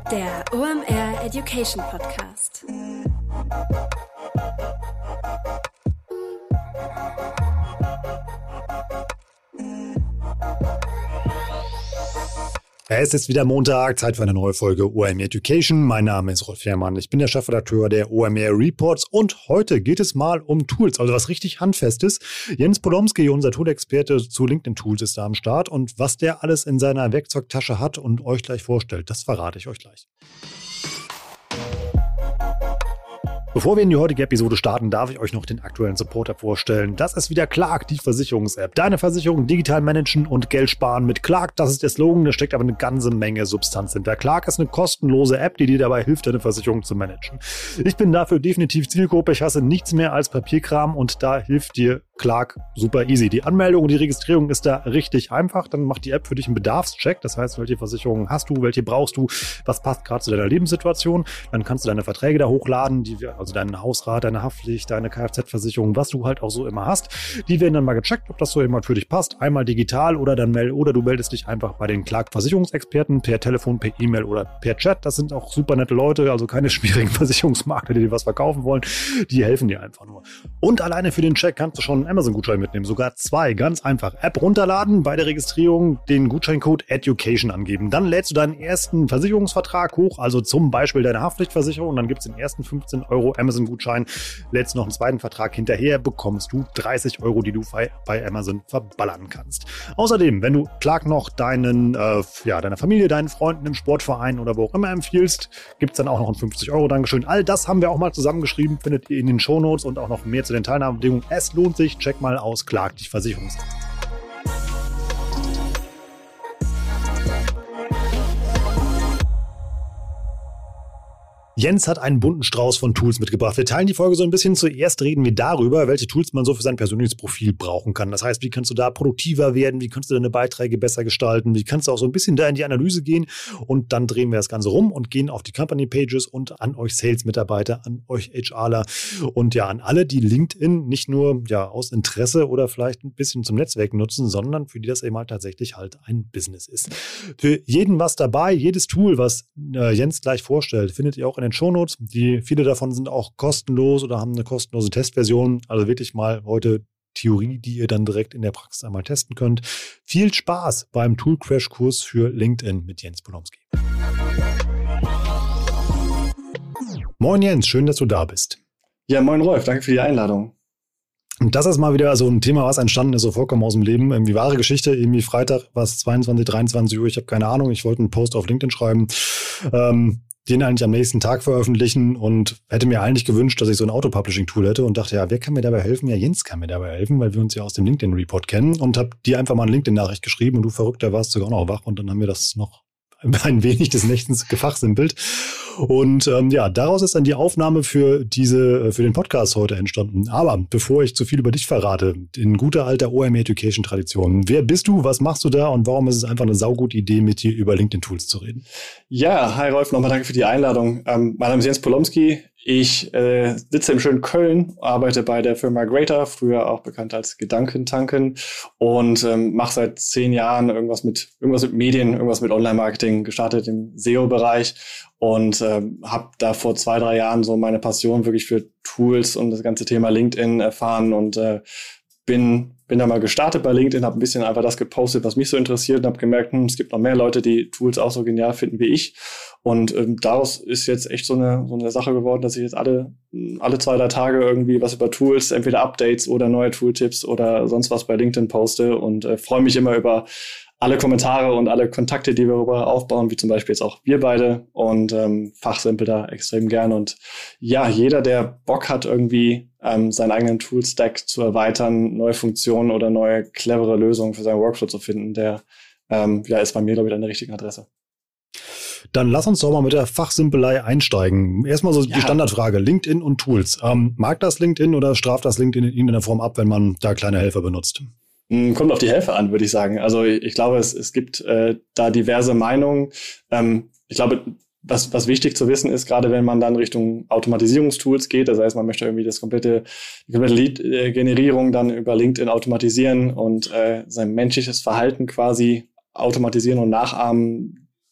Der OMR Education Podcast. Es ist wieder Montag, Zeit für eine neue Folge OMR Education. Mein Name ist Rolf Fährmann, ich bin der Chefredakteur der OMR Reports und heute geht es mal um Tools, also was richtig Handfestes. Jens Polomski, unser Tool-Experte zu LinkedIn-Tools, ist da am Start und was der alles in seiner Werkzeugtasche hat und euch gleich vorstellt, das verrate ich euch gleich. Bevor wir in die heutige Episode starten, darf ich euch noch den aktuellen Supporter vorstellen. Das ist wieder Clark, die Versicherungs-App. Deine Versicherung digital managen und Geld sparen mit Clark. Das ist der Slogan, da steckt aber eine ganze Menge Substanz hinter. Clark ist eine kostenlose App, die dir dabei hilft, deine Versicherung zu managen. Ich bin dafür definitiv Zielgruppe. Ich hasse nichts mehr als Papierkram und da hilft dir Clark super easy. Die Anmeldung und die Registrierung ist da richtig einfach. Dann macht die App für dich einen Bedarfscheck. Das heißt, welche Versicherungen hast du, welche brauchst du, was passt gerade zu deiner Lebenssituation. Dann kannst du deine Verträge da hochladen, also deinen Hausrat, deine Haftpflicht, deine Kfz-Versicherung, was du halt auch so immer hast. Die werden dann mal gecheckt, ob das so immer für dich passt. Einmal digital oder du meldest dich einfach bei den Clark-Versicherungsexperten per Telefon, per E-Mail oder per Chat. Das sind auch super nette Leute, also keine schwierigen Versicherungsmakler, die dir was verkaufen wollen. Die helfen dir einfach nur. Und alleine für den Check kannst du schon einen Amazon-Gutschein mitnehmen. Sogar 2. Ganz einfach. App runterladen, bei der Registrierung den Gutscheincode EDUCATION angeben. Dann lädst du deinen ersten Versicherungsvertrag hoch, also zum Beispiel deine Haftpflichtversicherung. Dann gibt es den ersten 15 € Amazon-Gutschein. Lädst noch einen zweiten Vertrag hinterher, bekommst du 30 €, die du bei Amazon verballern kannst. Außerdem, wenn du Clark noch deiner Familie, deinen Freunden im Sportverein oder wo auch immer empfiehlst, gibt es dann auch noch ein 50 € Dankeschön. All das haben wir auch mal zusammengeschrieben, findet ihr in den Shownotes und auch noch mehr zu den Teilnahmebedingungen. Es lohnt sich. Check mal aus Clark, die Versicherungs-App. Jens hat einen bunten Strauß von Tools mitgebracht. Wir teilen die Folge so ein bisschen. Zuerst reden wir darüber, welche Tools man so für sein persönliches Profil brauchen kann. Das heißt, wie kannst du da produktiver werden? Wie kannst du deine Beiträge besser gestalten? Wie kannst du auch so ein bisschen da in die Analyse gehen? Und dann drehen wir das Ganze rum und gehen auf die Company Pages und an euch Sales-Mitarbeiter, an euch HRler und ja an alle, die LinkedIn nicht nur aus Interesse oder vielleicht ein bisschen zum Netzwerk nutzen, sondern für die das eben halt tatsächlich halt ein Business ist. Für jeden was dabei. Jedes Tool, was Jens gleich vorstellt, findet ihr auch in den Shownotes. Viele davon sind auch kostenlos oder haben eine kostenlose Testversion. Also wirklich mal heute Theorie, die ihr dann direkt in der Praxis einmal testen könnt. Viel Spaß beim Tool-Crash-Kurs für LinkedIn mit Jens Polomski. Moin Jens, schön, dass du da bist. Ja, moin Rolf, danke für die Einladung. Und das ist mal wieder so ein Thema, was entstanden ist, so vollkommen aus dem Leben. Irgendwie wahre Geschichte, irgendwie Freitag, was 22, 23 Uhr, ich habe keine Ahnung. Ich wollte einen Post auf LinkedIn schreiben, den eigentlich am nächsten Tag veröffentlichen und hätte mir eigentlich gewünscht, dass ich so ein Auto-Publishing-Tool hätte und dachte, ja, wer kann mir dabei helfen? Ja, Jens kann mir dabei helfen, weil wir uns ja aus dem LinkedIn-Report kennen und habe dir einfach mal eine LinkedIn-Nachricht geschrieben und du Verrückter warst sogar auch noch wach und dann haben wir das noch ein wenig des Nächtens gefachsimpelt. Und daraus ist dann die Aufnahme für den Podcast heute entstanden. Aber bevor ich zu viel über dich verrate, in guter alter OMR Education Tradition, wer bist du, was machst du da und warum ist es einfach eine saugute Idee, mit dir über LinkedIn-Tools zu reden? Ja, hi Rolf, nochmal danke für die Einladung. Mein Name ist Jens Polomski. Ich sitze im schönen Köln, arbeite bei der Firma Greater, früher auch bekannt als Gedankentanken und mache seit 10 Jahren irgendwas mit Medien, irgendwas mit Online-Marketing, gestartet im SEO-Bereich und habe da vor 2, 3 Jahren so meine Passion wirklich für Tools und das ganze Thema LinkedIn erfahren und bin da mal gestartet bei LinkedIn, habe ein bisschen einfach das gepostet, was mich so interessiert und habe gemerkt, es gibt noch mehr Leute, die Tools auch so genial finden wie ich. Und daraus ist jetzt echt so eine Sache geworden, dass ich jetzt alle 2, 3 Tage irgendwie was über Tools, entweder Updates oder neue Tooltips oder sonst was bei LinkedIn poste und freue mich immer über alle Kommentare und alle Kontakte, die wir darüber aufbauen, wie zum Beispiel jetzt auch wir beide und fachsimpel da extrem gern. Und ja, jeder, der Bock hat, irgendwie seinen eigenen Tool-Stack zu erweitern, neue Funktionen oder neue clevere Lösungen für seinen Workflow zu finden, der ist bei mir, glaube ich, an der richtigen Adresse. Dann lass uns doch mal mit der Fachsimpelei einsteigen. Erstmal so die Standardfrage, LinkedIn und Tools. Mag das LinkedIn oder straft das LinkedIn in irgendeiner Form ab, wenn man da kleine Helfer benutzt? Kommt auf die Helfer an, würde ich sagen. Also ich glaube, es gibt da diverse Meinungen. Ich glaube, was wichtig zu wissen ist, gerade wenn man dann Richtung Automatisierungstools geht, das heißt, man möchte irgendwie die komplette Lead-Generierung dann über LinkedIn automatisieren und sein menschliches Verhalten quasi automatisieren und nachahmen,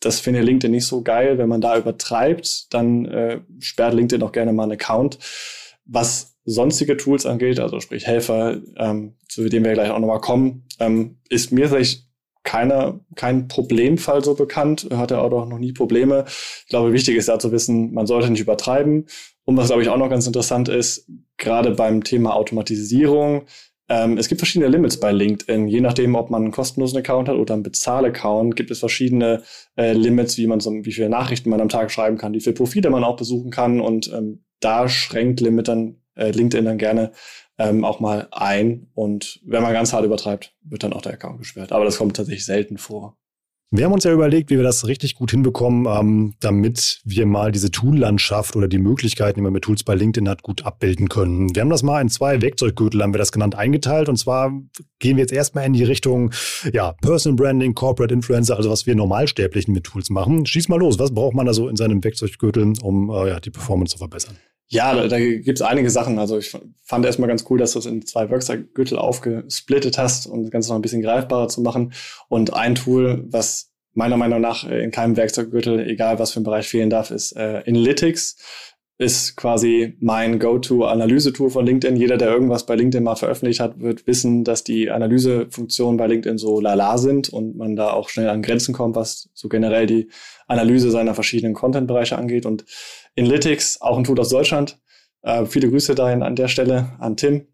Das finde LinkedIn nicht so geil. Wenn man da übertreibt, dann sperrt LinkedIn auch gerne mal einen Account. Was sonstige Tools angeht, also sprich Helfer, zu denen wir gleich auch nochmal kommen, ist mir vielleicht kein Problemfall so bekannt, hatte auch noch nie Probleme. Ich glaube, wichtig ist da zu wissen, man sollte nicht übertreiben. Und was, glaube ich, auch noch ganz interessant ist, gerade beim Thema Automatisierung, es gibt verschiedene Limits bei LinkedIn. Je nachdem, ob man einen kostenlosen Account hat oder einen Bezahl-Account, gibt es verschiedene Limits, wie viele Nachrichten man am Tag schreiben kann, wie viele Profile man auch besuchen kann. Und da schränkt LinkedIn dann gerne auch mal ein. Und wenn man ganz hart übertreibt, wird dann auch der Account gesperrt. Aber das kommt tatsächlich selten vor. Wir haben uns ja überlegt, wie wir das richtig gut hinbekommen, damit wir mal diese Tool-Landschaft oder die Möglichkeiten, die man mit Tools bei LinkedIn hat, gut abbilden können. Wir haben das mal in 2 Werkzeuggürtel, haben wir das genannt, eingeteilt. Und zwar gehen wir jetzt erstmal in die Richtung Personal Branding, Corporate Influencer, also was wir Normalsterblichen mit Tools machen. Schieß mal los, was braucht man da so in seinem Werkzeuggürtel, um die Performance zu verbessern? Ja, da gibt's einige Sachen. Also ich fand erstmal ganz cool, dass du es in 2 Werkzeuggürtel aufgesplittet hast, um das Ganze noch ein bisschen greifbarer zu machen. Und ein Tool, was meiner Meinung nach in keinem Werkzeuggürtel, egal was für ein Bereich fehlen darf, ist Analytics. Ist quasi mein Go-To-Analyse-Tool von LinkedIn. Jeder, der irgendwas bei LinkedIn mal veröffentlicht hat, wird wissen, dass die Analysefunktionen bei LinkedIn so lala sind und man da auch schnell an Grenzen kommt, was so generell die Analyse seiner verschiedenen Content-Bereiche angeht. Und Analytics, auch ein Tool aus Deutschland, viele Grüße dahin an der Stelle an Tim,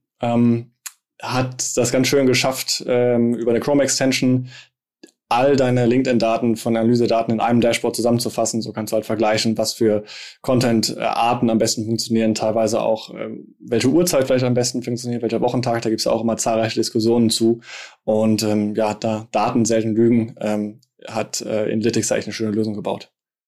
hat das ganz schön geschafft, über eine Chrome-Extension all deine LinkedIn-Daten von Analysedaten in einem Dashboard zusammenzufassen. So kannst du halt vergleichen, was für Content-Arten am besten funktionieren, teilweise auch, welche Uhrzeit vielleicht am besten funktioniert, welcher Wochentag. Da gibt es ja auch immer zahlreiche Diskussionen zu. Und da Daten selten lügen, hat Analytics eigentlich eine schöne Lösung gebaut.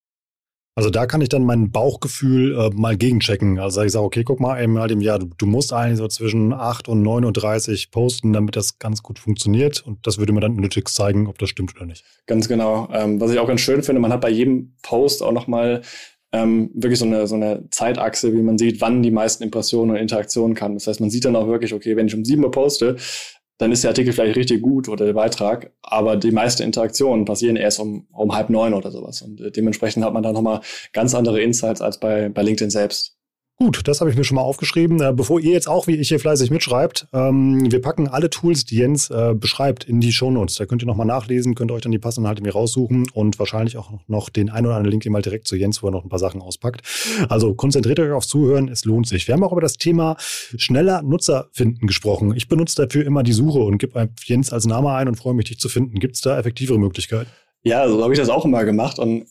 Also da kann ich dann mein Bauchgefühl mal gegenchecken. Also ich sage, okay, guck mal, einmal im Jahr, du musst eigentlich so zwischen 8 und 39 posten, damit das ganz gut funktioniert. Und das würde mir dann Analytics zeigen, ob das stimmt oder nicht. Ganz genau. Was ich auch ganz schön finde, man hat bei jedem Post auch nochmal wirklich so eine Zeitachse, wie man sieht, wann die meisten Impressionen und Interaktionen kann. Das heißt, man sieht dann auch wirklich, okay, wenn ich um 7 Uhr poste, dann ist der Artikel vielleicht richtig gut oder der Beitrag, aber die meisten Interaktionen passieren erst um 8:30 oder sowas. Und dementsprechend hat man da nochmal ganz andere Insights als bei LinkedIn selbst. Gut, das habe ich mir schon mal aufgeschrieben. Bevor ihr jetzt auch wie ich hier fleißig mitschreibt, wir packen alle Tools, die Jens beschreibt, in die Shownotes. Da könnt ihr nochmal nachlesen, könnt euch dann die passenden halt mir raussuchen und wahrscheinlich auch noch den ein oder anderen Link mal direkt zu Jens, wo er noch ein paar Sachen auspackt. Also konzentriert euch aufs Zuhören, es lohnt sich. Wir haben auch über das Thema schneller Nutzer finden gesprochen. Ich benutze dafür immer die Suche und gebe Jens als Name ein und freue mich, dich zu finden. Gibt es da effektivere Möglichkeiten? Ja, so habe ich das auch immer gemacht und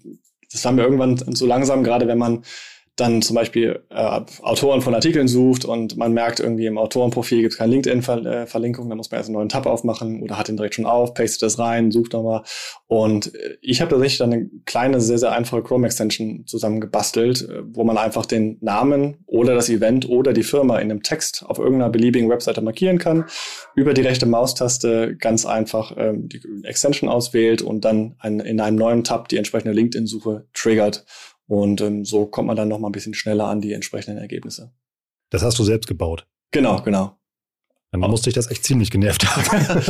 das haben wir irgendwann so langsam, gerade wenn man dann zum Beispiel Autoren von Artikeln sucht und man merkt irgendwie im Autorenprofil gibt es keine LinkedIn-Verlinkung, dann muss man erst einen neuen Tab aufmachen oder hat den direkt schon auf, pastet das rein, sucht nochmal. Und ich habe tatsächlich dann eine kleine, sehr, sehr einfache Chrome-Extension zusammengebastelt, wo man einfach den Namen oder das Event oder die Firma in einem Text auf irgendeiner beliebigen Webseite markieren kann, über die rechte Maustaste ganz einfach die Extension auswählt und dann in einem neuen Tab die entsprechende LinkedIn-Suche triggert. Und so kommt man dann noch mal ein bisschen schneller an die entsprechenden Ergebnisse. Das hast du selbst gebaut? Genau. Dann musste ich das echt ziemlich genervt haben.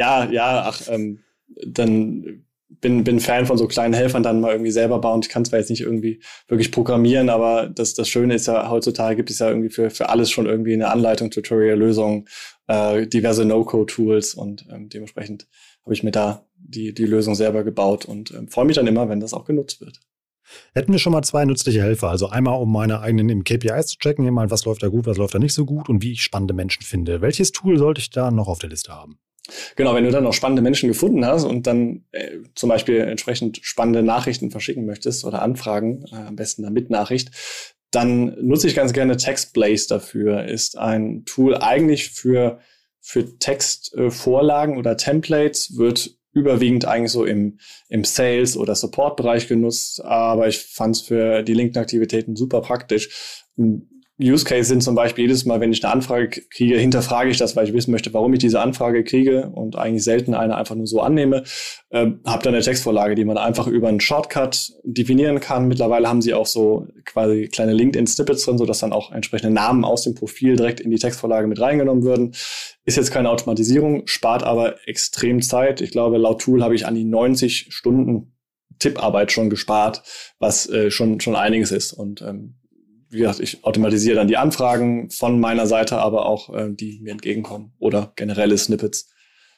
Dann bin Fan von so kleinen Helfern, dann mal irgendwie selber bauen. Ich kann zwar jetzt nicht irgendwie wirklich programmieren, aber das Schöne ist ja, heutzutage gibt es ja irgendwie für alles schon irgendwie eine Anleitung, Tutorial-Lösung, diverse No-Code-Tools und dementsprechend habe ich mir da die Lösung selber gebaut und freue mich dann immer, wenn das auch genutzt wird. Hätten wir schon mal 2 nützliche Helfer. Also einmal, um meine eigenen KPIs zu checken, mal, was läuft da gut, was läuft da nicht so gut und wie ich spannende Menschen finde. Welches Tool sollte ich da noch auf der Liste haben? Genau, wenn du dann noch spannende Menschen gefunden hast und dann zum Beispiel entsprechend spannende Nachrichten verschicken möchtest oder Anfragen, am besten dann mit Nachricht, dann nutze ich ganz gerne Textblaze dafür. Ist ein Tool eigentlich für Textvorlagen oder Templates, wird überwiegend eigentlich so im Sales- oder Support-Bereich genutzt, aber ich fand es für die LinkedIn-Aktivitäten super praktisch. Use Case sind zum Beispiel jedes Mal, wenn ich eine Anfrage kriege, hinterfrage ich das, weil ich wissen möchte, warum ich diese Anfrage kriege und eigentlich selten eine einfach nur so annehme. Habe dann eine Textvorlage, die man einfach über einen Shortcut definieren kann. Mittlerweile haben sie auch so quasi kleine LinkedIn-Snippets drin, sodass dann auch entsprechende Namen aus dem Profil direkt in die Textvorlage mit reingenommen würden. Ist jetzt keine Automatisierung, spart aber extrem Zeit. Ich glaube, laut Tool habe ich an die 90 Stunden Tipparbeit schon gespart, was schon einiges ist. Und wie gesagt, ich automatisiere dann die Anfragen von meiner Seite, aber auch die mir entgegenkommen oder generelle Snippets.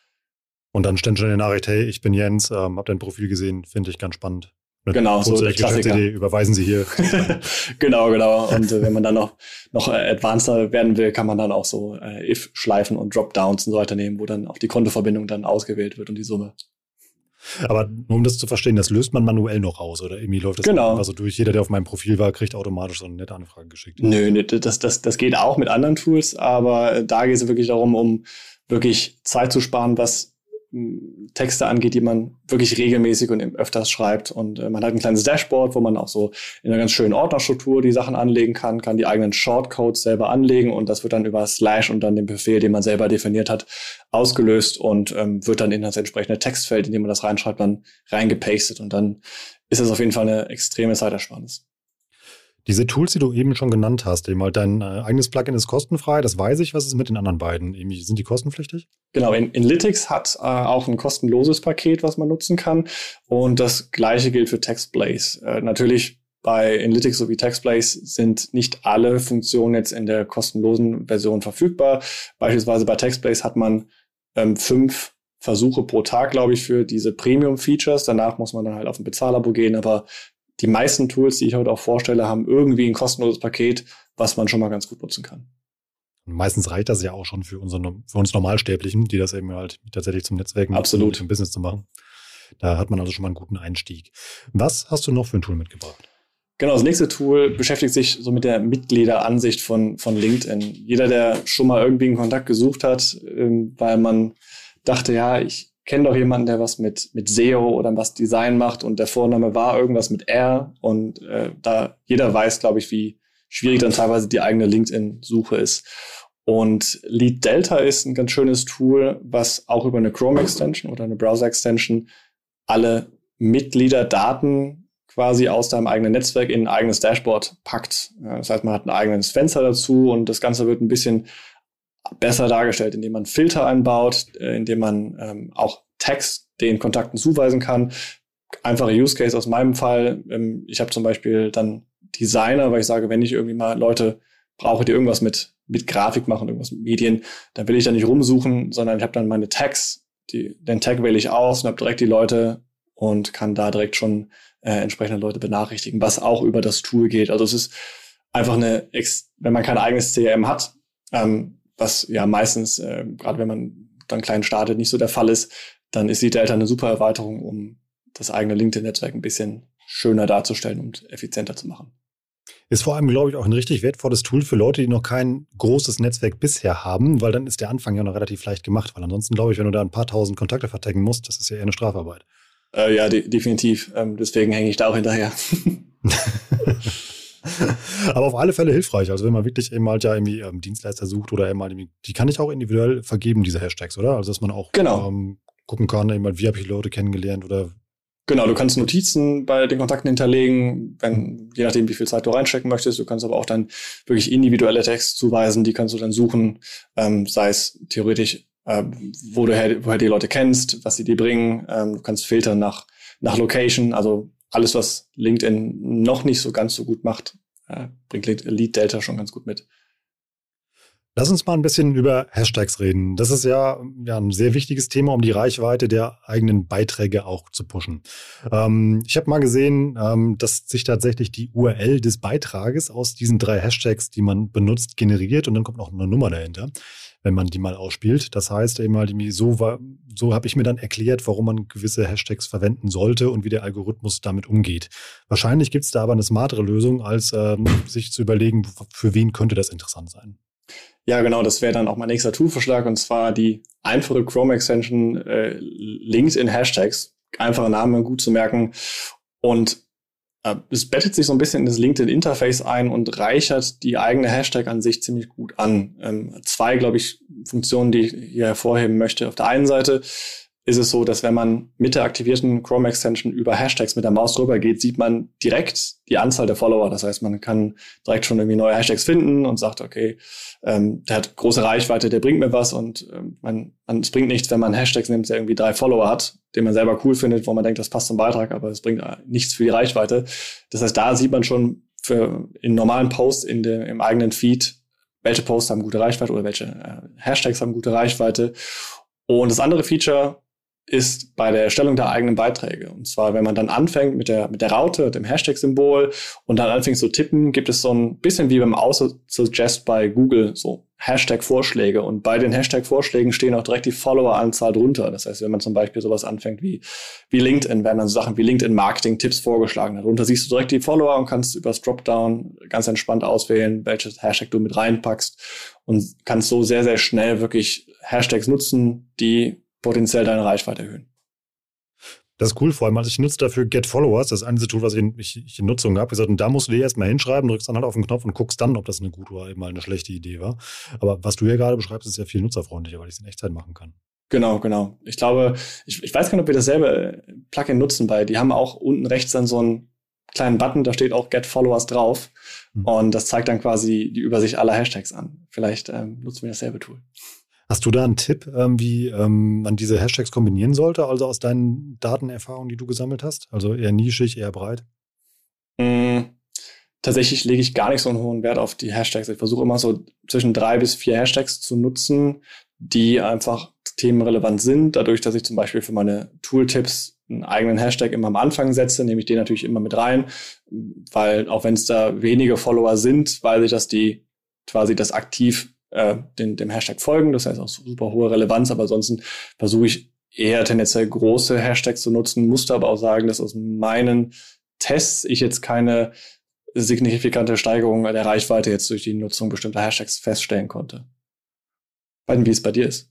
Und dann stand schon in der Nachricht, hey, ich bin Jens, hab dein Profil gesehen, finde ich ganz spannend. Genau, so der Klassiker. Überweisen Sie hier. Genau. Und wenn man dann noch advanceder werden will, kann man dann auch so if-Schleifen und Dropdowns und so weiter nehmen, wo dann auch die Kontoverbindung dann ausgewählt wird und die Summe. Aber nur um das zu verstehen, das löst man manuell noch aus oder irgendwie läuft das einfach so durch. Jeder, der auf meinem Profil war, kriegt automatisch so eine nette Anfrage geschickt. Nö, das geht auch mit anderen Tools, aber da geht es wirklich darum, um wirklich Zeit zu sparen, was Texte angeht, die man wirklich regelmäßig und öfters schreibt. Und man hat ein kleines Dashboard, wo man auch so in einer ganz schönen Ordnerstruktur die Sachen anlegen kann die eigenen Shortcodes selber anlegen und das wird dann über Slash und dann den Befehl, den man selber definiert hat, ausgelöst und wird dann in das entsprechende Textfeld, in dem man das reinschreibt, dann reingepastet und dann ist das auf jeden Fall eine extreme Zeitersparnis. Diese Tools, die du eben schon genannt hast, eben halt dein eigenes Plugin ist kostenfrei, das weiß ich. Was ist mit den anderen beiden? Sind die kostenpflichtig? Genau, Inlytics hat auch ein kostenloses Paket, was man nutzen kann. Und das Gleiche gilt für TextBlaze. Natürlich bei Inlytics sowie TextBlaze sind nicht alle Funktionen jetzt in der kostenlosen Version verfügbar. Beispielsweise bei TextBlaze hat man 5 Versuche pro Tag, glaube ich, für diese Premium-Features. Danach muss man dann halt auf ein Bezahlabo gehen, aber die meisten Tools, die ich heute auch vorstelle, haben irgendwie ein kostenloses Paket, was man schon mal ganz gut nutzen kann. Und meistens reicht das ja auch schon für uns Normalsterblichen, die das eben halt tatsächlich zum Netzwerken Absolut. Zum Business zu machen. Da hat man also schon mal einen guten Einstieg. Was hast du noch für ein Tool mitgebracht? Genau, das nächste Tool beschäftigt sich so mit der Mitgliederansicht von LinkedIn. Jeder, der schon mal irgendwie einen Kontakt gesucht hat, weil man dachte, ja, ich kenne doch jemanden, der was mit SEO oder was Design macht und der Vorname war irgendwas mit R und da jeder weiß, glaube ich, wie schwierig dann teilweise die eigene LinkedIn-Suche ist. Und Lead Delta ist ein ganz schönes Tool, was auch über eine Chrome-Extension oder eine Browser-Extension alle Mitgliederdaten quasi aus deinem eigenen Netzwerk in ein eigenes Dashboard packt. Das heißt, man hat ein eigenes Fenster dazu und das Ganze wird ein bisschen besser dargestellt, indem man Filter einbaut, indem man auch Text den Kontakten zuweisen kann. Einfache Use Case aus meinem Fall. Ich habe zum Beispiel dann Designer, weil ich sage, wenn ich irgendwie mal Leute brauche, die irgendwas mit Grafik machen, irgendwas mit Medien, dann will ich da nicht rumsuchen, sondern ich habe dann meine Tags. Den Tag wähle ich aus und habe direkt die Leute und kann da direkt schon entsprechende Leute benachrichtigen, was auch über das Tool geht. Also es ist einfach wenn man kein eigenes CRM hat, was ja meistens, gerade wenn man dann klein startet, nicht so der Fall ist, dann ist die Delta eine super Erweiterung, um das eigene LinkedIn-Netzwerk ein bisschen schöner darzustellen und effizienter zu machen. Ist vor allem, glaube ich, auch ein richtig wertvolles Tool für Leute, die noch kein großes Netzwerk bisher haben, weil dann ist der Anfang ja noch relativ leicht gemacht, weil ansonsten, glaube ich, wenn du da ein paar tausend Kontakte vertaggen musst, das ist ja eher eine Strafarbeit. Ja, definitiv. Deswegen hänge ich da auch hinterher. Aber auf alle Fälle hilfreich. Also wenn man wirklich eben halt ja irgendwie Dienstleister sucht oder eben halt die kann ich auch individuell vergeben, diese Hashtags, oder? Also dass man auch gucken kann, eben halt, wie habe ich Leute kennengelernt oder. Genau, du kannst Notizen bei den Kontakten hinterlegen, je nachdem, wie viel Zeit du reinstecken möchtest. Du kannst aber auch dann wirklich individuelle Texte zuweisen, die kannst du dann suchen, sei es theoretisch, woher die Leute kennst, was sie dir bringen. Du kannst filtern nach Location, also alles, was LinkedIn noch nicht so ganz so gut macht, bringt Lead Delta schon ganz gut mit. Lass uns mal ein bisschen über Hashtags reden. Das ist ja ein sehr wichtiges Thema, um die Reichweite der eigenen Beiträge auch zu pushen. Ich habe mal gesehen, dass sich tatsächlich die URL des Beitrages aus diesen 3 Hashtags, die man benutzt, generiert und dann kommt noch eine Nummer dahinter, wenn man die mal ausspielt. Das heißt eben halt, so habe ich mir dann erklärt, warum man gewisse Hashtags verwenden sollte und wie der Algorithmus damit umgeht. Wahrscheinlich gibt es da aber eine smartere Lösung, als sich zu überlegen, für wen könnte das interessant sein. Ja, genau, das wäre dann auch mein nächster Toolvorschlag und zwar die einfache Chrome-Extension LinkedIn Hashtags. Einfacher Name, gut zu merken. Und es bettet sich so ein bisschen in das LinkedIn-Interface ein und reichert die eigene Hashtag an sich ziemlich gut an. 2, glaube ich, Funktionen, die ich hier hervorheben möchte. Auf der einen Seite ist es so, dass wenn man mit der aktivierten Chrome-Extension über Hashtags mit der Maus drüber geht, sieht man direkt die Anzahl der Follower. Das heißt, man kann direkt schon irgendwie neue Hashtags finden und sagt, okay, der hat große Reichweite, der bringt mir was und es bringt nichts, wenn man Hashtags nimmt, der irgendwie 3 Follower hat, den man selber cool findet, wo man denkt, das passt zum Beitrag, aber es bringt nichts für die Reichweite. Das heißt, da sieht man schon in normalen Posts im eigenen Feed, welche Posts haben gute Reichweite oder welche Hashtags haben gute Reichweite. Und das andere Feature ist bei der Erstellung der eigenen Beiträge. Und zwar, wenn man dann anfängt mit der Raute, dem Hashtag-Symbol und dann anfängt zu tippen, gibt es so ein bisschen wie beim Auto-Suggest bei Google so Hashtag-Vorschläge. Und bei den Hashtag-Vorschlägen stehen auch direkt die Follower-Anzahl drunter. Das heißt, wenn man zum Beispiel sowas anfängt wie LinkedIn, werden dann so Sachen wie LinkedIn-Marketing-Tipps vorgeschlagen. Darunter siehst du direkt die Follower und kannst über das Dropdown ganz entspannt auswählen, welches Hashtag du mit reinpackst und kannst so sehr, sehr schnell wirklich Hashtags nutzen, die potenziell deine Reichweite erhöhen. Das ist cool, vor allem, also ich nutze dafür Get Followers, das ist ein Tool, was ich in Nutzung habe. Und da musst du dir erstmal hinschreiben, drückst dann halt auf den Knopf und guckst dann, ob das eine gute oder eben mal eine schlechte Idee war. Aber was du hier gerade beschreibst, ist ja viel nutzerfreundlicher, weil ich es in Echtzeit machen kann. Genau. Ich glaube, ich weiß gar nicht, ob wir dasselbe Plugin nutzen, weil die haben auch unten rechts dann so einen kleinen Button, da steht auch Get Followers drauf. Und das zeigt dann quasi die Übersicht aller Hashtags an. Vielleicht nutzen wir dasselbe Tool. Hast du da einen Tipp, wie man diese Hashtags kombinieren sollte, also aus deinen Datenerfahrungen, die du gesammelt hast? Also eher nischig, eher breit? Tatsächlich lege ich gar nicht so einen hohen Wert auf die Hashtags. Ich versuche immer so zwischen 3 bis 4 Hashtags zu nutzen, die einfach themenrelevant sind. Dadurch, dass ich zum Beispiel für meine Tooltips einen eigenen Hashtag immer am Anfang setze, nehme ich den natürlich immer mit rein, weil auch wenn es da wenige Follower sind, weiß ich, dass die quasi das aktiv dem Hashtag folgen. Das heißt auch super hohe Relevanz, aber ansonsten versuche ich eher tendenziell große Hashtags zu nutzen, musste aber auch sagen, dass aus meinen Tests ich jetzt keine signifikante Steigerung der Reichweite jetzt durch die Nutzung bestimmter Hashtags feststellen konnte. Wie es bei dir ist.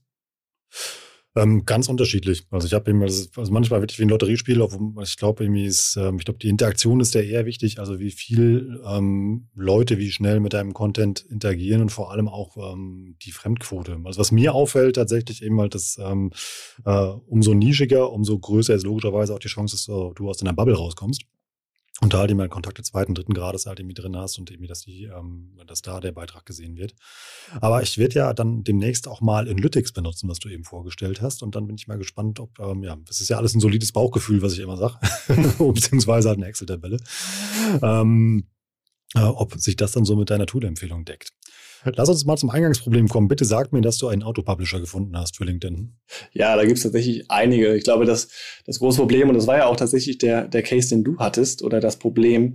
Ganz unterschiedlich. Also ich habe eben, also manchmal wirklich wie ein Lotteriespiel, obwohl ich glaube, die Interaktion ist ja eher wichtig, also wie viel Leute wie schnell mit deinem Content interagieren und vor allem auch die Fremdquote. Also was mir auffällt tatsächlich eben halt, dass umso nischiger, umso größer ist logischerweise auch die Chance, dass du aus deiner Bubble rauskommst. Und da halt eben Kontakte 2., 3. Grades halt irgendwie drin hast und irgendwie, dass da der Beitrag gesehen wird. Aber ich werde ja dann demnächst auch mal Analytics benutzen, was du eben vorgestellt hast. Und dann bin ich mal gespannt, ob, das ist ja alles ein solides Bauchgefühl, was ich immer sage, beziehungsweise halt eine Excel-Tabelle, ob sich das dann so mit deiner Tool-Empfehlung deckt. Lass uns mal zum Eingangsproblem kommen. Bitte sag mir, dass du einen Autopublisher gefunden hast für LinkedIn. Ja, da gibt es tatsächlich einige. Ich glaube, das große Problem, und das war ja auch tatsächlich der Case, den du hattest, oder das Problem,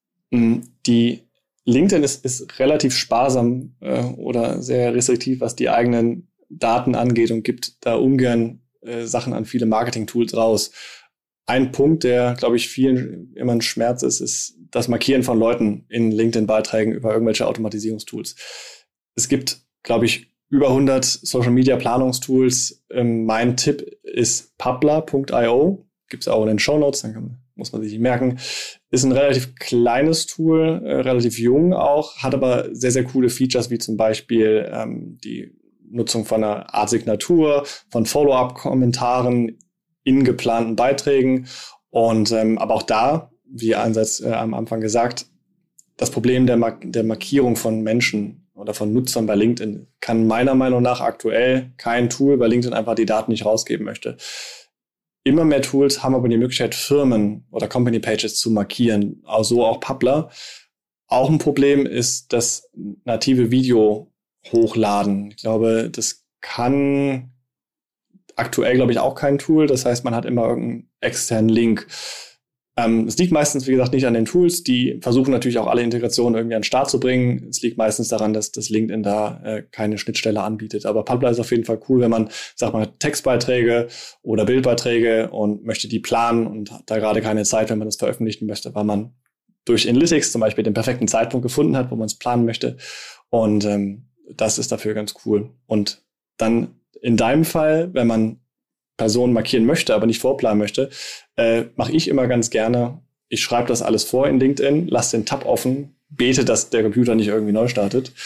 die LinkedIn ist relativ sparsam oder sehr restriktiv, was die eigenen Daten angeht und gibt da ungern Sachen an viele Marketing-Tools raus. Ein Punkt, der, glaube ich, vielen immer ein Schmerz ist das Markieren von Leuten in LinkedIn-Beiträgen über irgendwelche Automatisierungstools. Es gibt, glaube ich, über 100 Social-Media-Planungstools. Mein Tipp ist Publer.io. Gibt es auch in den Shownotes, dann muss man sich merken. Ist ein relativ kleines Tool, relativ jung auch, hat aber sehr, sehr coole Features, wie zum Beispiel die Nutzung von einer Art Signatur, von Follow-up-Kommentaren in geplanten Beiträgen. Und aber auch da, wie einerseits am Anfang gesagt, das Problem der Markierung von Menschen oder von Nutzern bei LinkedIn kann meiner Meinung nach aktuell kein Tool bei LinkedIn einfach die Daten nicht rausgeben möchte. Immer mehr Tools haben aber die Möglichkeit, Firmen oder Company Pages zu markieren, also auch Publer. Auch ein Problem ist das native Video hochladen. Ich glaube, das kann aktuell, glaube ich, auch kein Tool. Das heißt, man hat immer irgendeinen externen Link. Es liegt meistens, wie gesagt, nicht an den Tools. Die versuchen natürlich auch alle Integrationen irgendwie an den Start zu bringen. Es liegt meistens daran, dass das LinkedIn da keine Schnittstelle anbietet. Aber Publer ist auf jeden Fall cool, wenn man, sag mal, Textbeiträge oder Bildbeiträge und möchte die planen und hat da gerade keine Zeit, wenn man das veröffentlichen möchte, weil man durch Analytics zum Beispiel den perfekten Zeitpunkt gefunden hat, wo man es planen möchte. Und das ist dafür ganz cool. Und dann in deinem Fall, wenn man Personen markieren möchte, aber nicht vorplanen möchte, mache ich immer ganz gerne, ich schreibe das alles vor in LinkedIn, lasse den Tab offen, bete, dass der Computer nicht irgendwie neu startet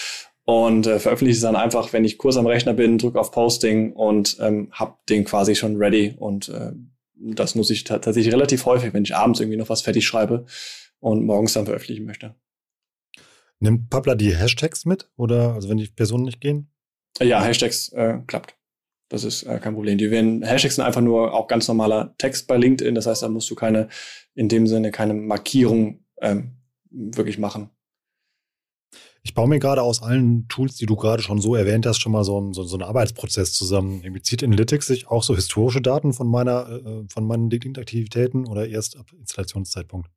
und veröffentliche es dann einfach, wenn ich kurz am Rechner bin, drücke auf Posting und habe den quasi schon ready. Und das nutze ich tatsächlich relativ häufig, wenn ich abends irgendwie noch was fertig schreibe und morgens dann veröffentlichen möchte. Nimmt Publer die Hashtags mit? Oder also wenn die Personen nicht gehen? Ja, Hashtags klappt. Das ist kein Problem. Hashtags sind einfach nur auch ganz normaler Text bei LinkedIn. Das heißt, da musst du in dem Sinne keine Markierung wirklich machen. Ich baue mir gerade aus allen Tools, die du gerade schon so erwähnt hast, schon mal so einen Arbeitsprozess zusammen. Zieht Analytics sich auch so historische Daten von meinen LinkedIn-Aktivitäten oder erst ab Installationszeitpunkt?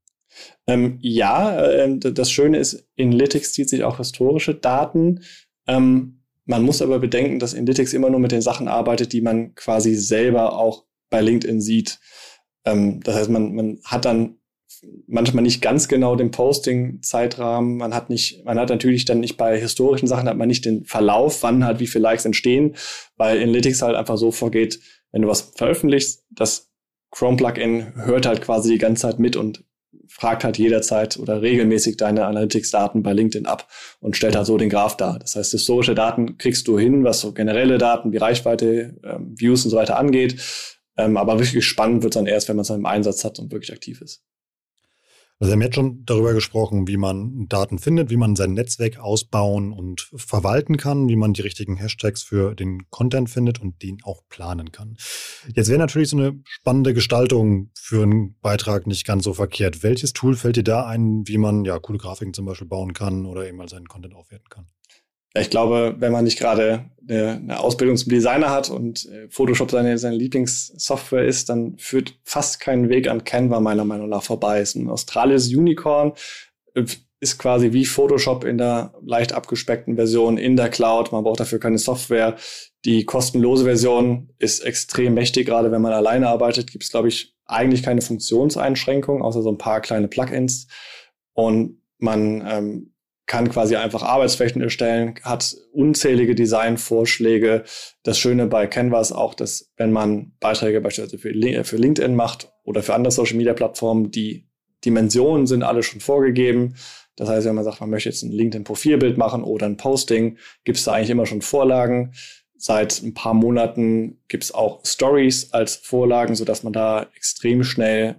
Das Schöne ist, Analytics zieht sich auch historische Daten. Man muss aber bedenken, dass Analytics immer nur mit den Sachen arbeitet, die man quasi selber auch bei LinkedIn sieht. Das heißt, man hat dann manchmal nicht ganz genau den Posting-Zeitrahmen. Man hat natürlich dann nicht bei historischen Sachen hat man nicht den Verlauf, wann halt wie viele Likes entstehen, weil Analytics halt einfach so vorgeht, wenn du was veröffentlichst, das Chrome-Plugin hört halt quasi die ganze Zeit mit und fragt halt jederzeit oder regelmäßig deine Analytics-Daten bei LinkedIn ab und stellt halt so den Graph dar. Das heißt, historische Daten kriegst du hin, was so generelle Daten wie Reichweite, Views und so weiter angeht. Aber wirklich spannend wird es dann erst, wenn man es dann im Einsatz hat und wirklich aktiv ist. Also wir haben jetzt schon darüber gesprochen, wie man Daten findet, wie man sein Netzwerk ausbauen und verwalten kann, wie man die richtigen Hashtags für den Content findet und den auch planen kann. Jetzt wäre natürlich so eine spannende Gestaltung für einen Beitrag nicht ganz so verkehrt. Welches Tool fällt dir da ein, wie man coole Grafiken zum Beispiel bauen kann oder eben mal seinen Content aufwerten kann? Ich glaube, wenn man nicht gerade eine Ausbildung zum Designer hat und Photoshop seine Lieblingssoftware ist, dann führt fast kein Weg an Canva meiner Meinung nach vorbei. Es ist ein australisches Unicorn, ist quasi wie Photoshop in der leicht abgespeckten Version in der Cloud. Man braucht dafür keine Software. Die kostenlose Version ist extrem mächtig. Gerade wenn man alleine arbeitet, gibt es, glaube ich, eigentlich keine Funktionseinschränkung, außer so ein paar kleine Plugins. Und man kann quasi einfach Arbeitsflächen erstellen, hat unzählige Designvorschläge. Das Schöne bei Canva ist auch, dass wenn man Beiträge beispielsweise für LinkedIn macht oder für andere Social-Media-Plattformen, die Dimensionen sind alle schon vorgegeben. Das heißt, wenn man sagt, man möchte jetzt ein LinkedIn-Profilbild machen oder ein Posting, gibt es da eigentlich immer schon Vorlagen. Seit ein paar Monaten gibt es auch Stories als Vorlagen, sodass man da extrem schnell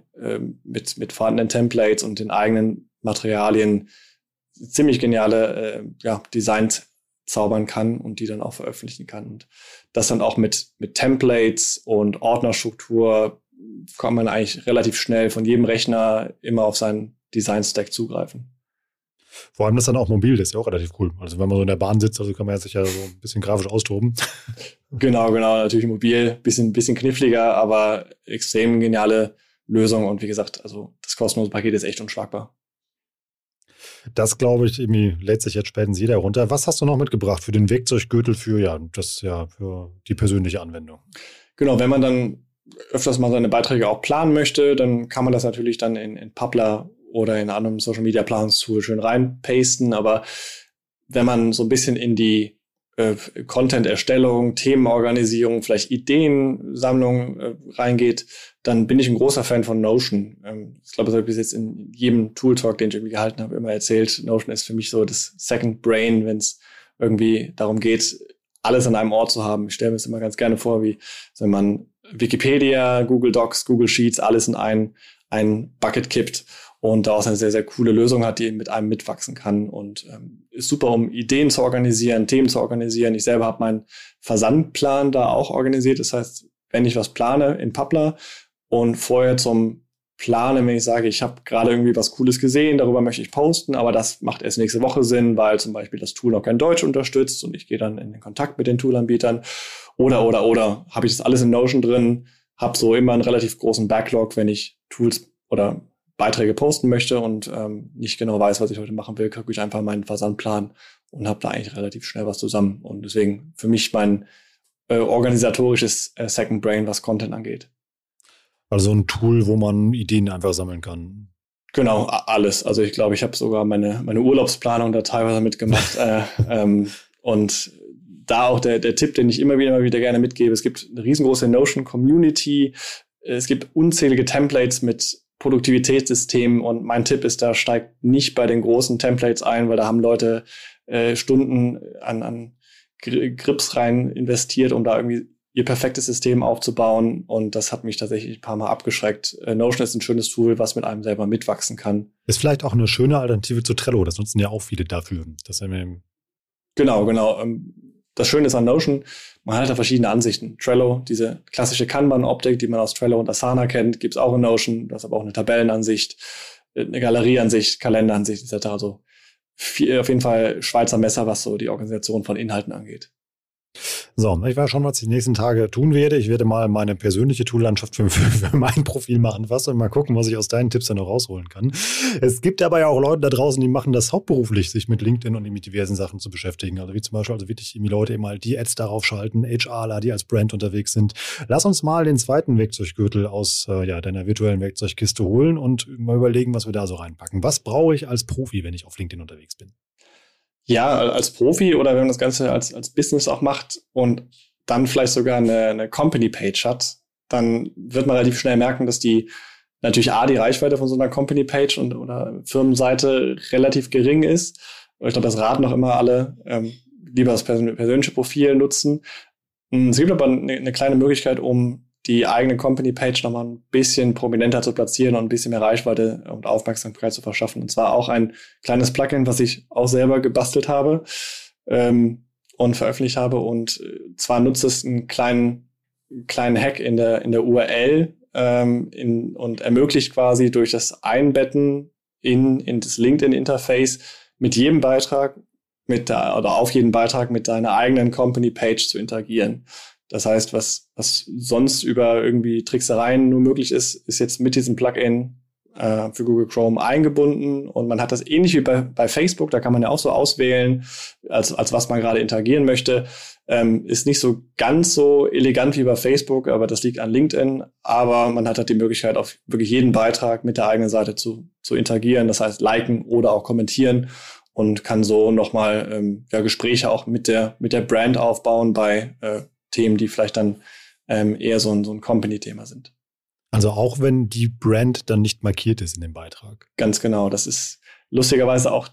mit vorhandenen Templates und den eigenen Materialien ziemlich geniale Designs zaubern kann und die dann auch veröffentlichen kann. Und das dann auch mit Templates und Ordnerstruktur kann man eigentlich relativ schnell von jedem Rechner immer auf seinen Design-Stack zugreifen. Vor allem das dann auch mobil, das ist ja auch relativ cool. Also wenn man so in der Bahn sitzt, also kann man ja sich ja so ein bisschen grafisch austoben. Genau, natürlich mobil, bisschen kniffliger, aber extrem geniale Lösung. Und wie gesagt, also das kostenlose Paket ist echt unschlagbar. Das, glaube ich, irgendwie lädt sich jetzt spätestens jeder runter. Was hast du noch mitgebracht für den Werkzeuggürtel für die persönliche Anwendung? Genau, wenn man dann öfters mal seine Beiträge auch planen möchte, dann kann man das natürlich dann in Publer oder in einem Social-Media-Planungstool schön reinpasten. Aber wenn man so ein bisschen in die Content-Erstellung, Themenorganisierung, vielleicht Ideensammlung reingeht, dann bin ich ein großer Fan von Notion. Ich glaube, das habe ich bis jetzt in jedem Tool-Talk, den ich irgendwie gehalten habe, immer erzählt. Notion ist für mich so das Second Brain, wenn es irgendwie darum geht, alles an einem Ort zu haben. Ich stelle mir das immer ganz gerne vor, wie wenn man Wikipedia, Google Docs, Google Sheets, alles in ein Bucket kippt und daraus eine sehr, sehr coole Lösung hat, die mit einem mitwachsen kann und ist super, um Ideen zu organisieren, Themen zu organisieren. Ich selber habe meinen Versandplan da auch organisiert. Das heißt, wenn ich was plane in Publer und vorher zum Planen, wenn ich sage, ich habe gerade irgendwie was Cooles gesehen, darüber möchte ich posten, aber das macht erst nächste Woche Sinn, weil zum Beispiel das Tool noch kein Deutsch unterstützt und ich gehe dann in den Kontakt mit den Toolanbietern oder habe ich das alles in Notion drin, habe so immer einen relativ großen Backlog, wenn ich Tools oder Beiträge posten möchte und nicht genau weiß, was ich heute machen will, gucke ich einfach meinen Versandplan und habe da eigentlich relativ schnell was zusammen. Und deswegen für mich mein organisatorisches Second Brain, was Content angeht. Also ein Tool, wo man Ideen einfach sammeln kann. Genau, alles. Also ich glaube, ich habe sogar meine Urlaubsplanung da teilweise mitgemacht. Und da auch der Tipp, den ich immer wieder gerne mitgebe. Es gibt eine riesengroße Notion-Community. Es gibt unzählige Templates mit Produktivitätssystemen und mein Tipp ist, da steigt nicht bei den großen Templates ein, weil da haben Leute Stunden an Grips rein investiert, um da irgendwie ihr perfektes System aufzubauen. Und das hat mich tatsächlich ein paar Mal abgeschreckt. Notion ist ein schönes Tool, was mit einem selber mitwachsen kann. Ist vielleicht auch eine schöne Alternative zu Trello. Das nutzen ja auch viele dafür. Genau. Das Schöne ist an Notion, man hat da verschiedene Ansichten. Trello, diese klassische Kanban-Optik, die man aus Trello und Asana kennt, gibt's auch in Notion. Das ist aber auch eine Tabellenansicht, eine Galerieansicht, Kalenderansicht etc. Also auf jeden Fall Schweizer Messer, was so die Organisation von Inhalten angeht. So, ich weiß schon, was ich die nächsten Tage tun werde. Ich werde mal meine persönliche Toollandschaft für mein Profil machen fast und mal gucken, was ich aus deinen Tipps dann noch rausholen kann. Es gibt aber ja auch Leute da draußen, die machen das hauptberuflich, sich mit LinkedIn und mit diversen Sachen zu beschäftigen. Also wie zum Beispiel wirklich Leute eben halt die Ads darauf schalten, HRler, die als Brand unterwegs sind. Lass uns mal den zweiten Werkzeuggürtel aus deiner virtuellen Werkzeugkiste holen und mal überlegen, was wir da so reinpacken. Was brauche ich als Profi, wenn ich auf LinkedIn unterwegs bin? Ja, als Profi oder wenn man das Ganze als Business auch macht und dann vielleicht sogar eine Company-Page hat, dann wird man relativ schnell merken, dass die natürlich die Reichweite von so einer Company-Page oder Firmenseite relativ gering ist. Ich glaube, das raten noch immer alle, lieber das persönliche Profil nutzen. Es gibt aber eine kleine Möglichkeit, um die eigene Company-Page nochmal ein bisschen prominenter zu platzieren und ein bisschen mehr Reichweite und Aufmerksamkeit zu verschaffen. Und zwar auch ein kleines Plugin, was ich auch selber gebastelt habe und veröffentlicht habe. Und zwar nutzt es einen kleinen Hack in der URL und ermöglicht quasi durch das Einbetten in das LinkedIn-Interface mit jedem Beitrag oder auf jeden Beitrag mit deiner eigenen Company-Page zu interagieren. Das heißt, was sonst über irgendwie Tricksereien nur möglich ist, ist jetzt mit diesem Plugin für Google Chrome eingebunden. Und man hat das ähnlich wie bei Facebook, da kann man ja auch so auswählen, als was man gerade interagieren möchte. Ist nicht so ganz so elegant wie bei Facebook, aber das liegt an LinkedIn. Aber man hat halt die Möglichkeit, auf wirklich jeden Beitrag mit der eigenen Seite zu interagieren. Das heißt, liken oder auch kommentieren und kann so nochmal Gespräche auch mit der Brand aufbauen bei Themen, die vielleicht dann eher so ein Company-Thema sind. Also auch wenn die Brand dann nicht markiert ist in dem Beitrag. Ganz genau. Das ist lustigerweise auch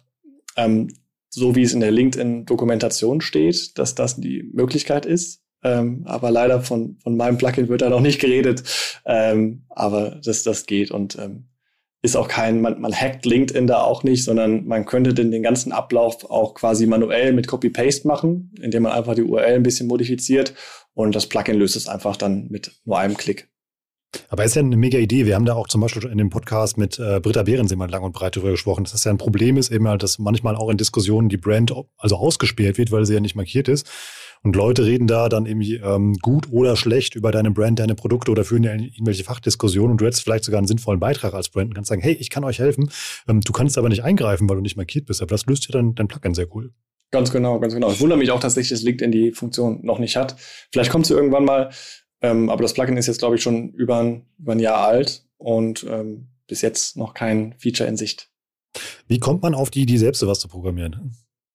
so, wie es in der LinkedIn-Dokumentation steht, dass das die Möglichkeit ist. Aber leider von meinem Plugin wird da noch nicht geredet. Aber das geht und ist auch man hackt LinkedIn da auch nicht, sondern man könnte den ganzen Ablauf auch quasi manuell mit Copy-Paste machen, indem man einfach die URL ein bisschen modifiziert und das Plugin löst es einfach dann mit nur einem Klick. Aber ist ja eine mega Idee. Wir haben da auch zum Beispiel in dem Podcast mit Britta Behrens immer lang und breit darüber gesprochen, dass das ja ein Problem ist, eben halt, dass manchmal auch in Diskussionen die Brand also ausgesperrt wird, weil sie ja nicht markiert ist. Und Leute reden da dann irgendwie gut oder schlecht über deine Brand, deine Produkte oder führen ja irgendwelche Fachdiskussionen und du hättest vielleicht sogar einen sinnvollen Beitrag als Brand und kannst sagen, hey, ich kann euch helfen. Du kannst aber nicht eingreifen, weil du nicht markiert bist. Aber das löst ja dann dein Plugin sehr cool. Ganz genau. Ich wundere mich auch, dass sich das LinkedIn die Funktion noch nicht hat. Vielleicht kommt sie irgendwann mal. Aber das Plugin ist jetzt, glaube ich, schon über ein Jahr alt und bis jetzt noch kein Feature in Sicht. Wie kommt man auf die Idee, selbst sowas zu programmieren?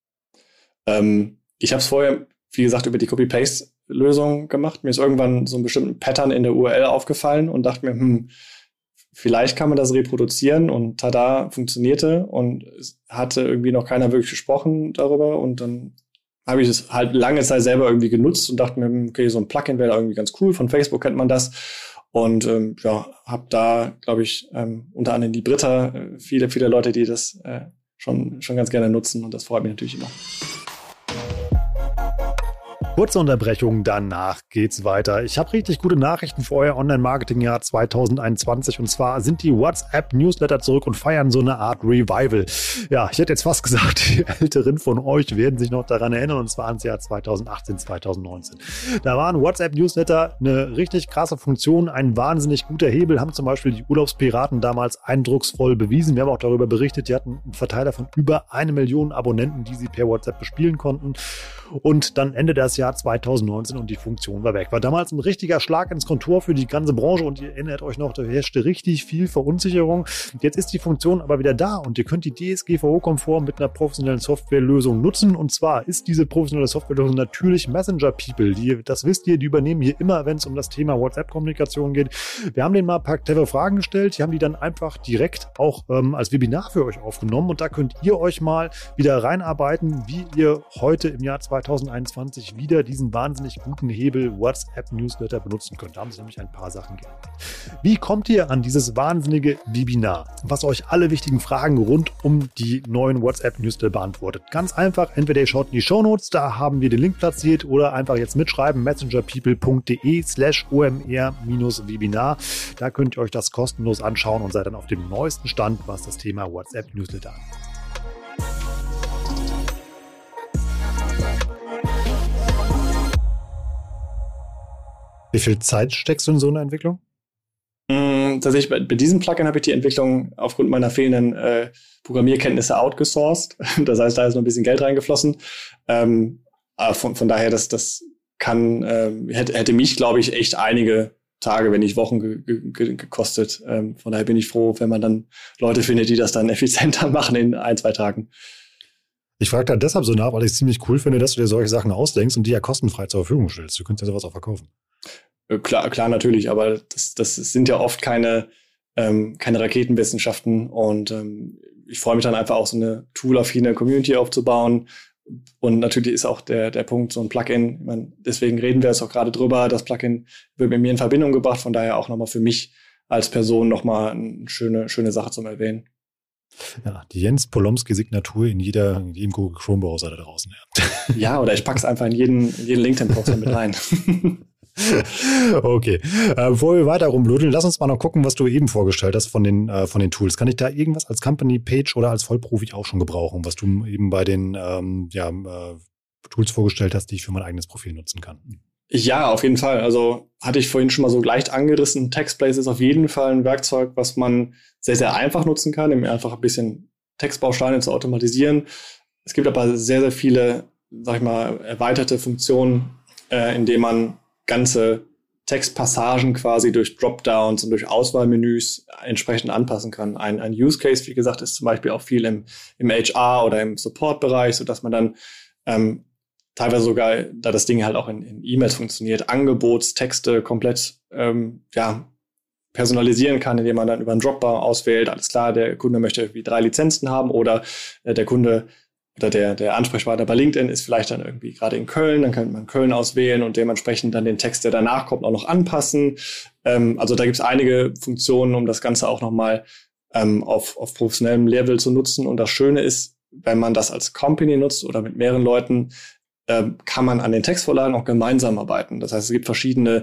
Ich habe es vorher, wie gesagt, über die Copy-Paste-Lösung gemacht. Mir ist irgendwann so ein bestimmten Pattern in der URL aufgefallen und dachte mir, vielleicht kann man das reproduzieren und tada, funktionierte und es hatte irgendwie noch keiner wirklich gesprochen darüber und dann habe ich es halt lange Zeit selber irgendwie genutzt und dachte mir, okay, so ein Plugin wäre da irgendwie ganz cool. Von Facebook kennt man das. Und habe da, glaube ich, unter anderem die Britta, viele Leute, die das schon ganz gerne nutzen. Und das freut mich natürlich immer. Kurze Unterbrechung, danach geht's weiter. Ich habe richtig gute Nachrichten für euer Online-Marketing-Jahr 2021 und zwar sind die WhatsApp-Newsletter zurück und feiern so eine Art Revival. Ja, ich hätte jetzt fast gesagt, die Älteren von euch werden sich noch daran erinnern und zwar ans Jahr 2018, 2019. Da waren WhatsApp-Newsletter eine richtig krasse Funktion, ein wahnsinnig guter Hebel, haben zum Beispiel die Urlaubspiraten damals eindrucksvoll bewiesen. Wir haben auch darüber berichtet, die hatten einen Verteiler von über 1 Million Abonnenten, die sie per WhatsApp bespielen konnten und dann Ende des Jahres Jahr 2019 und die Funktion war weg. War damals ein richtiger Schlag ins Kontor für die ganze Branche und ihr erinnert euch noch, da herrschte richtig viel Verunsicherung. Jetzt ist die Funktion aber wieder da und ihr könnt die DSGVO-konform mit einer professionellen Softwarelösung nutzen. Und zwar ist diese professionelle Softwarelösung natürlich Messenger People. Das wisst ihr, die übernehmen hier immer, wenn es um das Thema WhatsApp-Kommunikation geht. Wir haben denen mal ein paar clevere Fragen gestellt. Die haben die dann einfach direkt auch als Webinar für euch aufgenommen. Und da könnt ihr euch mal wieder reinarbeiten, wie ihr heute im Jahr 2021 wieder diesen wahnsinnig guten Hebel WhatsApp-Newsletter benutzen könnt. Da haben sie nämlich ein paar Sachen geändert. Wie kommt ihr an dieses wahnsinnige Webinar, was euch alle wichtigen Fragen rund um die neuen WhatsApp-Newsletter beantwortet? Ganz einfach, entweder ihr schaut in die Shownotes, da haben wir den Link platziert, oder einfach jetzt mitschreiben, messengerpeople.de/omr-webinar. Da könnt ihr euch das kostenlos anschauen und seid dann auf dem neuesten Stand, was das Thema WhatsApp-Newsletter angeht. Wie viel Zeit steckst du in so eine Entwicklung? Tatsächlich, bei diesem Plugin habe ich die Entwicklung aufgrund meiner fehlenden Programmierkenntnisse outgesourced. Das heißt, da ist noch ein bisschen Geld reingeflossen. Aber von daher, das kann, hätte mich, glaube ich, echt einige Tage, wenn nicht Wochen gekostet. Von daher bin ich froh, wenn man dann Leute findet, die das dann effizienter machen in 1-2 Tagen. Ich frage da deshalb so nach, weil ich es ziemlich cool finde, dass du dir solche Sachen ausdenkst und die ja kostenfrei zur Verfügung stellst. Du könntest ja sowas auch verkaufen. Klar, natürlich, aber das sind ja oft keine Raketenwissenschaften und ich freue mich dann einfach auch so eine toolaffine Community aufzubauen. Und natürlich ist auch der Punkt, so ein Plugin, ich meine, deswegen reden wir jetzt auch gerade drüber, das Plugin wird mit mir in Verbindung gebracht, von daher auch nochmal für mich als Person nochmal eine schöne Sache zum Erwähnen. Ja, die Jens Polomski-Signatur in jedem Google Chrome-Browser da draußen. Ja, oder ich pack's einfach in jeden LinkedIn-Post mit rein. Okay, bevor wir weiter rumbludeln, lass uns mal noch gucken, was du eben vorgestellt hast von den Tools. Kann ich da irgendwas als Company-Page oder als Vollprofi auch schon gebrauchen, was du eben bei den Tools vorgestellt hast, die ich für mein eigenes Profil nutzen kann? Ja, auf jeden Fall. Also hatte ich vorhin schon mal so leicht angerissen. Textblaze ist auf jeden Fall ein Werkzeug, was man sehr, sehr einfach nutzen kann, um einfach ein bisschen Textbausteine zu automatisieren. Es gibt aber sehr, sehr viele, sag ich mal, erweiterte Funktionen, in denen man ganze Textpassagen quasi durch Dropdowns und durch Auswahlmenüs entsprechend anpassen kann. Ein Use Case, wie gesagt, ist zum Beispiel auch viel im HR oder im Support-Bereich, sodass man dann teilweise sogar, da das Ding halt auch in E-Mails funktioniert, Angebotstexte komplett personalisieren kann, indem man dann über einen Dropdown auswählt. Alles klar, der Kunde möchte irgendwie 3 Lizenzen haben oder der Kunde oder der Ansprechpartner bei LinkedIn ist vielleicht dann irgendwie gerade in Köln, dann könnte man Köln auswählen und dementsprechend dann den Text, der danach kommt, auch noch anpassen. Also da gibt es einige Funktionen, um das Ganze auch nochmal auf professionellem Level zu nutzen. Und das Schöne ist, wenn man das als Company nutzt oder mit mehreren Leuten, kann man an den Textvorlagen auch gemeinsam arbeiten. Das heißt, es gibt verschiedene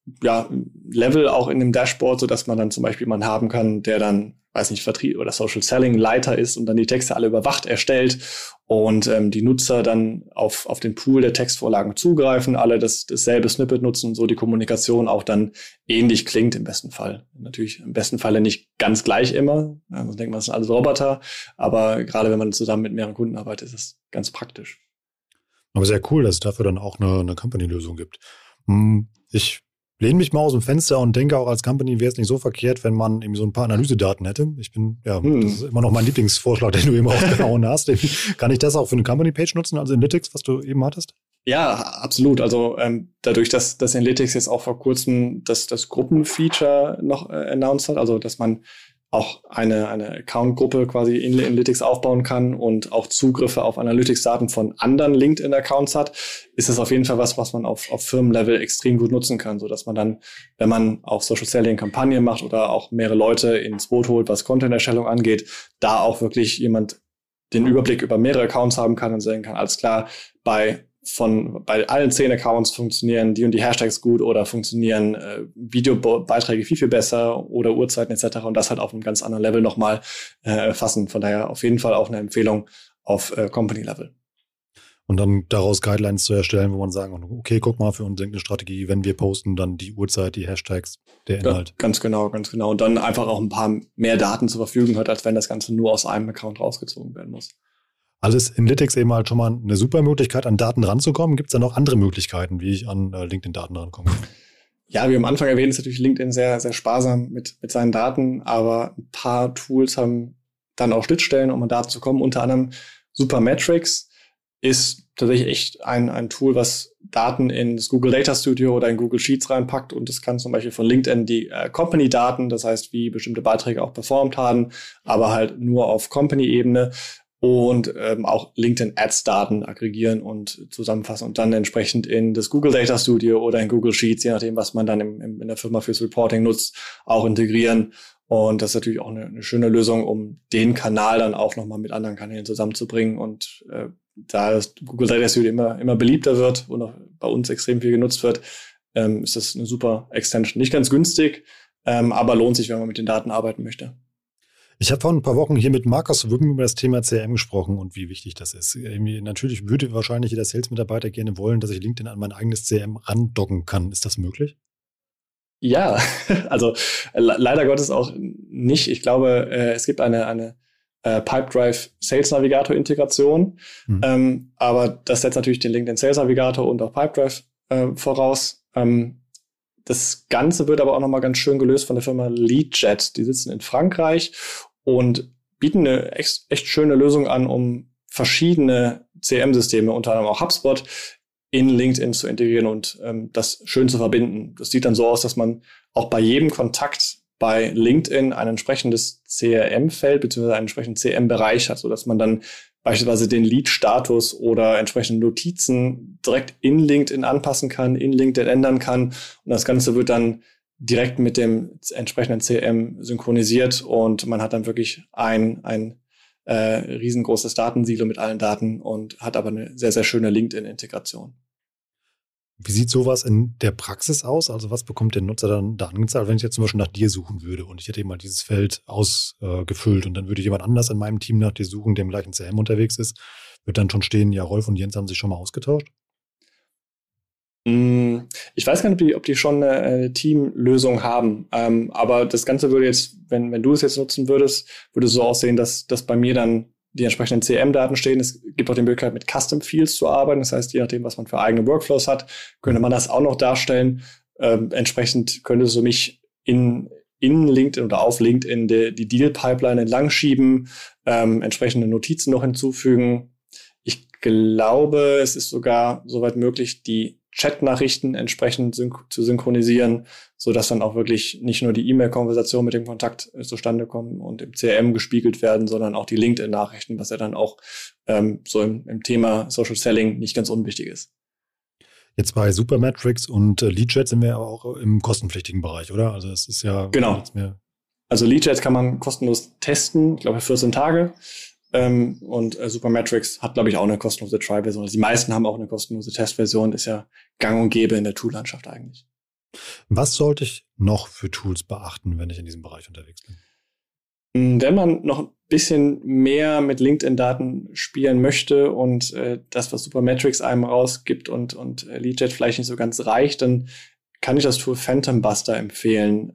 Level auch in dem Dashboard, sodass man dann zum Beispiel jemanden haben kann, der dann, weiß nicht, Vertrieb oder Social Selling Leiter ist und dann die Texte alle überwacht erstellt und die Nutzer dann auf den Pool der Textvorlagen zugreifen, alle dasselbe Snippet nutzen und so die Kommunikation auch dann ähnlich klingt im besten Fall. Natürlich im besten Falle nicht ganz gleich immer, sonst denkt man, das sind alles Roboter, aber gerade wenn man zusammen mit mehreren Kunden arbeitet, ist es ganz praktisch. Aber sehr cool, dass es dafür dann auch eine Company-Lösung gibt. Ich lehne mich mal aus dem Fenster und denke auch als Company wäre es nicht so verkehrt, wenn man eben so ein paar Analysedaten hätte. Das ist immer noch mein Lieblingsvorschlag, den du eben ausgehauen hast. Kann ich das auch für eine Company-Page nutzen, also Analytics, was du eben hattest? Ja, absolut. Also dadurch, dass Analytics jetzt auch vor kurzem das Gruppenfeature noch announced hat, also dass man auch eine Account-Gruppe quasi in Analytics aufbauen kann und auch Zugriffe auf Analytics-Daten von anderen LinkedIn-Accounts hat, ist das auf jeden Fall was man auf Firmenlevel extrem gut nutzen kann, so dass man dann, wenn man auch Social-Selling-Kampagnen macht oder auch mehrere Leute ins Boot holt, was Content-Erstellung angeht, da auch wirklich jemand den Überblick über mehrere Accounts haben kann und sagen kann, alles klar, bei allen 10 Accounts funktionieren die und die Hashtags gut oder funktionieren Videobeiträge viel, viel besser oder Uhrzeiten etc. und das halt auf einem ganz anderen Level nochmal erfassen. Von daher auf jeden Fall auch eine Empfehlung auf Company-Level. Und dann daraus Guidelines zu erstellen, wo man sagen kann, okay, guck mal, für uns eine Strategie, wenn wir posten, dann die Uhrzeit, die Hashtags, der Inhalt. Ja, ganz genau. Und dann einfach auch ein paar mehr Daten zur Verfügung hat, als wenn das Ganze nur aus einem Account rausgezogen werden muss. Also ist Analytics eben halt schon mal eine super Möglichkeit, an Daten ranzukommen. Gibt es da noch andere Möglichkeiten, wie ich an LinkedIn-Daten rankomme? Ja, wie am Anfang erwähnt, ist natürlich LinkedIn sehr, sehr sparsam mit seinen Daten, aber ein paar Tools haben dann auch Schnittstellen, um an Daten zu kommen. Unter anderem Supermetrics ist tatsächlich echt ein Tool, was Daten in das Google Data Studio oder in Google Sheets reinpackt, und das kann zum Beispiel von LinkedIn die Company-Daten, das heißt, wie bestimmte Beiträge auch performt haben, aber halt nur auf Company-Ebene, und auch LinkedIn Ads-Daten aggregieren und zusammenfassen und dann entsprechend in das Google Data Studio oder in Google Sheets, je nachdem, was man dann in der Firma fürs Reporting nutzt, auch integrieren. Und das ist natürlich auch eine schöne Lösung, um den Kanal dann auch nochmal mit anderen Kanälen zusammenzubringen. Und da das Google Data Studio immer beliebter wird und auch bei uns extrem viel genutzt wird, ist das eine super Extension. Nicht ganz günstig, aber lohnt sich, wenn man mit den Daten arbeiten möchte. Ich habe vor ein paar Wochen hier mit Markus Wücken über das Thema CRM gesprochen und wie wichtig das ist. Natürlich würde wahrscheinlich jeder Sales-Mitarbeiter gerne wollen, dass ich LinkedIn an mein eigenes CRM randocken kann. Ist das möglich? Ja, also leider Gottes auch nicht. Ich glaube, es gibt eine Pipedrive Sales Navigator Integration, aber das setzt natürlich den LinkedIn Sales Navigator und auch Pipedrive voraus. Das Ganze wird aber auch nochmal ganz schön gelöst von der Firma Leadjet. Die sitzen in Frankreich und bieten eine echt schöne Lösung an, um verschiedene CRM-Systeme, unter anderem auch HubSpot, in LinkedIn zu integrieren und das schön zu verbinden. Das sieht dann so aus, dass man auch bei jedem Kontakt bei LinkedIn ein entsprechendes CRM-Feld bzw. einen entsprechenden CRM-Bereich hat, sodass man dann beispielsweise den Lead-Status oder entsprechende Notizen direkt in LinkedIn anpassen kann, in LinkedIn ändern kann. Und das Ganze wird dann direkt mit dem entsprechenden CRM synchronisiert und man hat dann wirklich ein riesengroßes Datensilo mit allen Daten und hat aber eine sehr, sehr schöne LinkedIn-Integration. Wie sieht sowas in der Praxis aus? Also was bekommt der Nutzer dann da angezeigt, wenn ich jetzt zum Beispiel nach dir suchen würde und ich hätte eben mal dieses Feld ausgefüllt und dann würde jemand anders in meinem Team nach dir suchen, der im gleichen CRM unterwegs ist, wird dann schon stehen, ja, Rolf und Jens haben sich schon mal ausgetauscht? Ich weiß gar nicht, ob die schon eine Teamlösung haben, aber das Ganze würde jetzt, wenn du es jetzt nutzen würdest, würde es so aussehen, dass bei mir dann die entsprechenden CRM-Daten stehen. Es gibt auch die Möglichkeit, mit Custom Fields zu arbeiten. Das heißt, je nachdem, was man für eigene Workflows hat, könnte man das auch noch darstellen. Entsprechend könntest du mich in LinkedIn oder auf LinkedIn die Deal-Pipeline entlang schieben, entsprechende Notizen noch hinzufügen. Ich glaube, es ist sogar soweit möglich, die Chat-Nachrichten entsprechend zu synchronisieren, so dass dann auch wirklich nicht nur die E-Mail-Konversation mit dem Kontakt zustande kommen und im CRM gespiegelt werden, sondern auch die LinkedIn-Nachrichten, was ja dann auch so im Thema Social Selling nicht ganz unwichtig ist. Jetzt bei Supermetrics und Leadjet sind wir aber auch im kostenpflichtigen Bereich, oder? Also es ist ja genau. Also Leadjet kann man kostenlos testen, ich glaube 14 Tage. Und Supermetrics hat, glaube ich, auch eine kostenlose Trial-Version. Also die meisten haben auch eine kostenlose Testversion, ist ja gang und gäbe in der Tool-Landschaft eigentlich. Was sollte ich noch für Tools beachten, wenn ich in diesem Bereich unterwegs bin? Wenn man noch ein bisschen mehr mit LinkedIn-Daten spielen möchte und das, was Supermetrics einem rausgibt und Leadjet vielleicht nicht so ganz reicht, dann kann ich das Tool Phantom Buster empfehlen.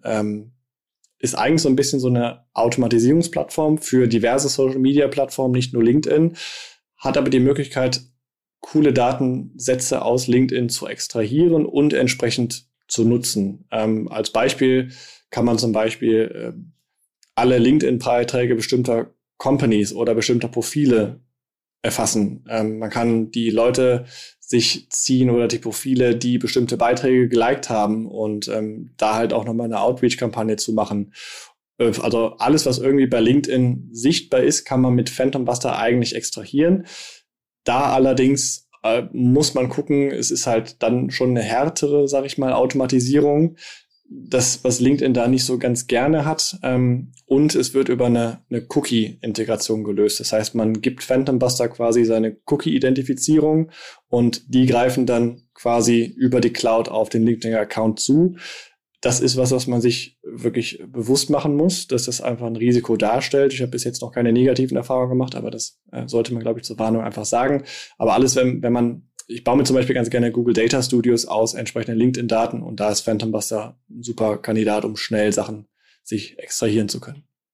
Ist eigentlich so ein bisschen so eine Automatisierungsplattform für diverse Social-Media-Plattformen, nicht nur LinkedIn, hat aber die Möglichkeit, coole Datensätze aus LinkedIn zu extrahieren und entsprechend zu nutzen. Als Beispiel kann man zum Beispiel alle LinkedIn-Beiträge bestimmter Companies oder bestimmter Profile erfassen. Man kann die Leute sich ziehen oder die Profile, die bestimmte Beiträge geliked haben und da halt auch nochmal eine Outreach-Kampagne zu machen. Also alles, was irgendwie bei LinkedIn sichtbar ist, kann man mit Phantom Buster eigentlich extrahieren. Da allerdings muss man gucken, es ist halt dann schon eine härtere, sag ich mal, Automatisierung. Das, was LinkedIn da nicht so ganz gerne hat. Und es wird über eine Cookie-Integration gelöst. Das heißt, man gibt Phantom Buster quasi seine Cookie-Identifizierung und die greifen dann quasi über die Cloud auf den LinkedIn-Account zu. Das ist was man sich wirklich bewusst machen muss, dass das einfach ein Risiko darstellt. Ich habe bis jetzt noch keine negativen Erfahrungen gemacht, aber das sollte man, glaube ich, zur Warnung einfach sagen. Aber alles, wenn man ich baue mir zum Beispiel ganz gerne Google Data Studios aus entsprechenden LinkedIn-Daten und da ist Phantom Buster ein super Kandidat, um schnell Sachen sich extrahieren zu können.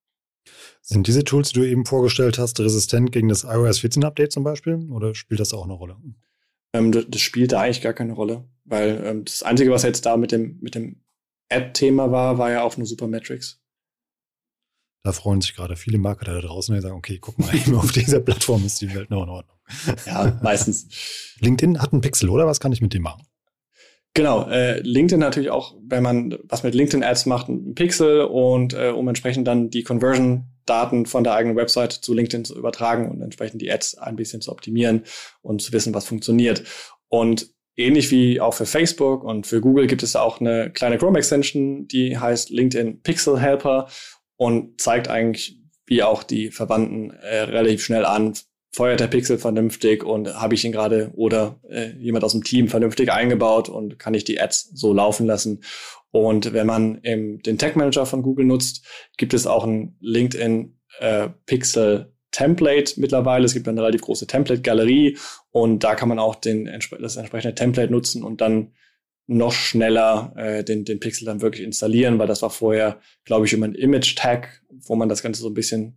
Sind diese Tools, die du eben vorgestellt hast, resistent gegen das iOS 14 Update zum Beispiel? Oder spielt das auch eine Rolle? Das spielt da eigentlich gar keine Rolle, weil das Einzige, was jetzt da mit dem Ad-Thema war ja auch nur Supermetrics. Da freuen sich gerade viele Marketer da draußen, die sagen, okay, guck mal, auf dieser Plattform ist die Welt noch in Ordnung. Ja, meistens. LinkedIn hat einen Pixel, oder? Was kann ich mit dem machen? Genau, LinkedIn natürlich auch, wenn man was mit LinkedIn-Ads macht, ein Pixel und um entsprechend dann die Conversion-Daten von der eigenen Website zu LinkedIn zu übertragen und entsprechend die Ads ein bisschen zu optimieren und zu wissen, was funktioniert. Und ähnlich wie auch für Facebook und für Google gibt es auch eine kleine Chrome-Extension, die heißt LinkedIn Pixel Helper und zeigt eigentlich, wie auch die Verwandten relativ schnell an, feuert der Pixel vernünftig und habe ich ihn gerade oder jemand aus dem Team vernünftig eingebaut und kann ich die Ads so laufen lassen. Und wenn man den Tag Manager von Google nutzt, gibt es auch ein LinkedIn Pixel Template mittlerweile. Es gibt eine relativ große Template-Galerie und da kann man auch das entsprechende Template nutzen und dann noch schneller den Pixel dann wirklich installieren, weil das war vorher, glaube ich, immer ein Image-Tag, wo man das Ganze so ein bisschen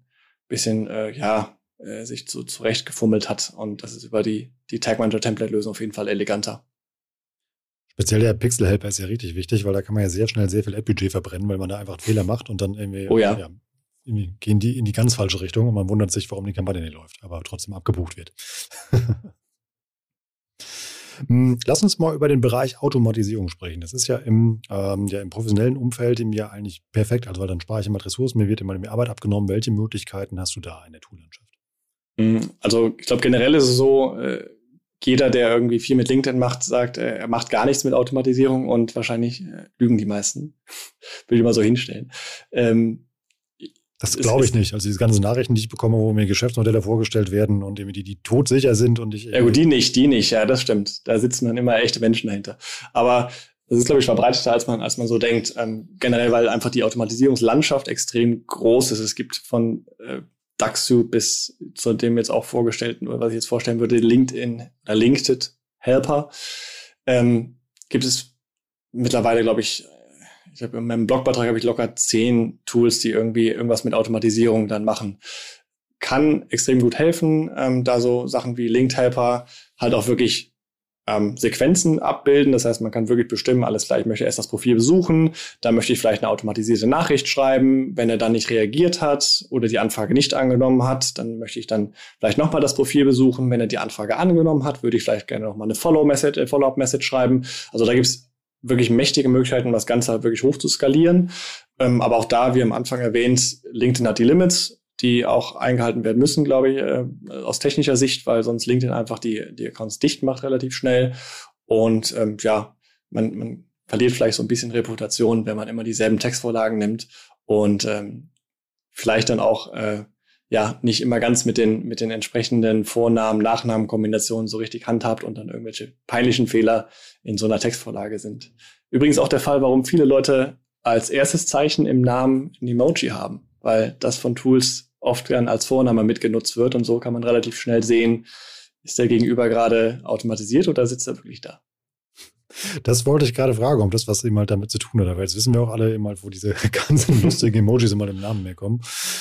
sich zurechtgefummelt hat. Und das ist über die Tag Manager Template-Lösung auf jeden Fall eleganter. Speziell der Pixel Helper ist ja richtig wichtig, weil da kann man ja sehr schnell sehr viel Ad-Budget verbrennen, weil man da einfach einen Fehler macht und dann irgendwie, irgendwie gehen die in die ganz falsche Richtung und man wundert sich, warum die Kampagne nicht läuft, aber trotzdem abgebucht wird. Lass uns mal über den Bereich Automatisierung sprechen. Das ist ja im professionellen Umfeld ja eigentlich perfekt, also weil dann spare ich immer Ressourcen, mir wird immer mehr Arbeit abgenommen. Welche Möglichkeiten hast du da in der Toollandschaft? Also ich glaube, generell ist es so, jeder, der irgendwie viel mit LinkedIn macht, sagt, er macht gar nichts mit Automatisierung und wahrscheinlich lügen die meisten. Will ich mal so hinstellen. Das glaube ich nicht. Also diese ganzen Nachrichten, die ich bekomme, wo mir Geschäftsmodelle vorgestellt werden und irgendwie die todsicher sind und ich... Ja gut, die nicht, ja, das stimmt. Da sitzen dann immer echte Menschen dahinter. Aber das ist, glaube ich, verbreiteter, als man so denkt. Generell, weil einfach die Automatisierungslandschaft extrem groß ist. Es gibt von Dagsu bis zu dem jetzt auch vorgestellten, oder was ich jetzt vorstellen würde, LinkedIn oder Linked Helper, gibt es mittlerweile, glaube ich, in meinem Blogbeitrag habe ich locker 10 Tools, die irgendwie irgendwas mit Automatisierung dann machen. Kann extrem gut helfen, da so Sachen wie Linked Helper halt auch wirklich Sequenzen abbilden. Das heißt, man kann wirklich bestimmen, alles klar, ich möchte erst das Profil besuchen, dann möchte ich vielleicht eine automatisierte Nachricht schreiben. Wenn er dann nicht reagiert hat oder die Anfrage nicht angenommen hat, dann möchte ich dann vielleicht nochmal das Profil besuchen. Wenn er die Anfrage angenommen hat, würde ich vielleicht gerne nochmal eine Follow-up-Message schreiben. Also da gibt's wirklich mächtige Möglichkeiten, um das Ganze halt wirklich hoch zu skalieren. Aber auch da, wie am Anfang erwähnt, LinkedIn hat die Limits, die auch eingehalten werden müssen, glaube ich, aus technischer Sicht, weil sonst LinkedIn einfach die Accounts dicht macht relativ schnell. Und man verliert vielleicht so ein bisschen Reputation, wenn man immer dieselben Textvorlagen nimmt und vielleicht dann auch nicht immer ganz mit den entsprechenden Vornamen, Nachnamen-Kombinationen so richtig handhabt und dann irgendwelche peinlichen Fehler in so einer Textvorlage sind. Übrigens auch der Fall, warum viele Leute als erstes Zeichen im Namen ein Emoji haben, weil das von Tools oft gern als Vorname mitgenutzt wird und so kann man relativ schnell sehen, ist der Gegenüber gerade automatisiert oder sitzt er wirklich da? Das wollte ich gerade fragen, ob das was eben halt damit zu tun hat, weil jetzt wissen wir auch alle eben halt, wo diese ganzen lustigen Emojis immer im Namen herkommen.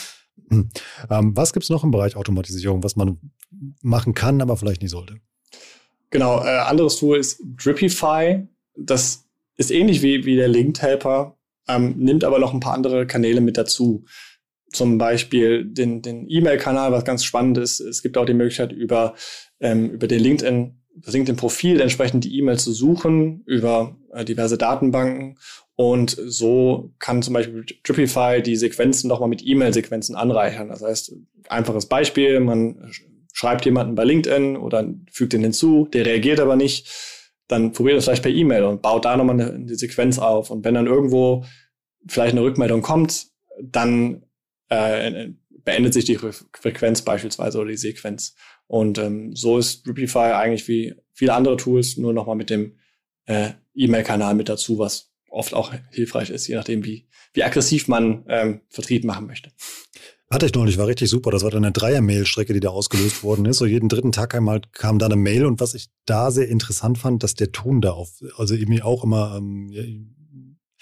Was gibt es noch im Bereich Automatisierung, was man machen kann, aber vielleicht nicht sollte? Genau, anderes Tool ist Dripify. Das ist ähnlich wie der Linked Helper, nimmt aber noch ein paar andere Kanäle mit dazu. Zum Beispiel den E-Mail-Kanal, was ganz spannend ist. Es gibt auch die Möglichkeit, über das LinkedIn-Profil entsprechend die E-Mail zu suchen, über diverse Datenbanken. Und so kann zum Beispiel Dripify die Sequenzen nochmal mit E-Mail-Sequenzen anreichern. Das heißt, einfaches Beispiel, man schreibt jemanden bei LinkedIn oder fügt ihn hinzu, der reagiert aber nicht, dann probiert es vielleicht per E-Mail und baut da nochmal eine Sequenz auf. Und wenn dann irgendwo vielleicht eine Rückmeldung kommt, dann beendet sich die Frequenz beispielsweise oder die Sequenz. Und so ist Dripify eigentlich wie viele andere Tools nur nochmal mit dem E-Mail-Kanal mit dazu, was oft auch hilfreich ist, je nachdem, wie aggressiv man Vertrieb machen möchte. Hatte ich neulich, war richtig super. Das war dann eine Dreier-Mail-Strecke, die da ausgelöst worden ist. So jeden dritten Tag einmal kam da eine Mail und was ich da sehr interessant fand, dass der Ton da also eben auch immer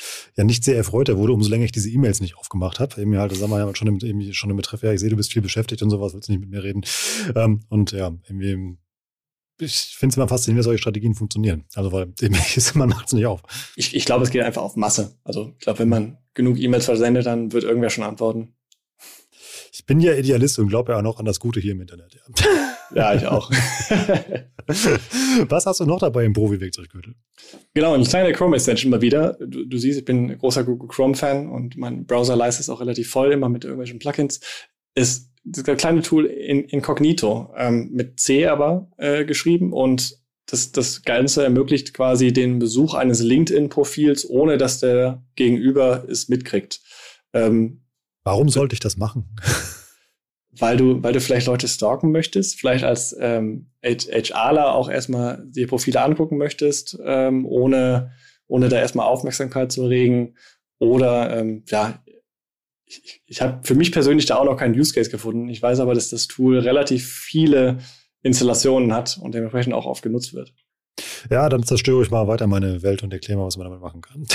Ja, nicht sehr erfreuter wurde, umso länger ich diese E-Mails nicht aufgemacht habe. Eben halt, sagen wir ja schon im Betreff, ja, ich sehe, du bist viel beschäftigt und sowas, willst du nicht mit mir reden? Und ja, irgendwie, ich finde es immer faszinierend, dass solche Strategien funktionieren. Also, weil man macht es nicht auf. Ich glaube, es geht einfach auf Masse. Also, ich glaube, wenn man genug E-Mails versendet, dann wird irgendwer schon antworten. Ich bin ja Idealist und glaube ja auch noch an das Gute hier im Internet. Ja, ja, ich auch. Was hast du noch dabei im Profi-Werkzeuggürtel? Genau, eine kleine Chrome-Extension mal wieder. Du siehst, ich bin ein großer Google Chrome-Fan und mein Browser-Leiste ist auch relativ voll, immer mit irgendwelchen Plugins. Ist das kleine Tool Incognito, mit C aber geschrieben, und das Ganze ermöglicht quasi den Besuch eines LinkedIn-Profils, ohne dass der Gegenüber es mitkriegt. Warum sollte ich das machen? Weil du vielleicht Leute stalken möchtest, vielleicht als HRler auch erstmal die Profile angucken möchtest, ohne da erstmal Aufmerksamkeit zu regen. Oder ich habe für mich persönlich da auch noch keinen Use Case gefunden. Ich weiß aber, dass das Tool relativ viele Installationen hat und dementsprechend auch oft genutzt wird. Ja, dann zerstöre ich mal weiter meine Welt und erkläre mal, was man damit machen kann.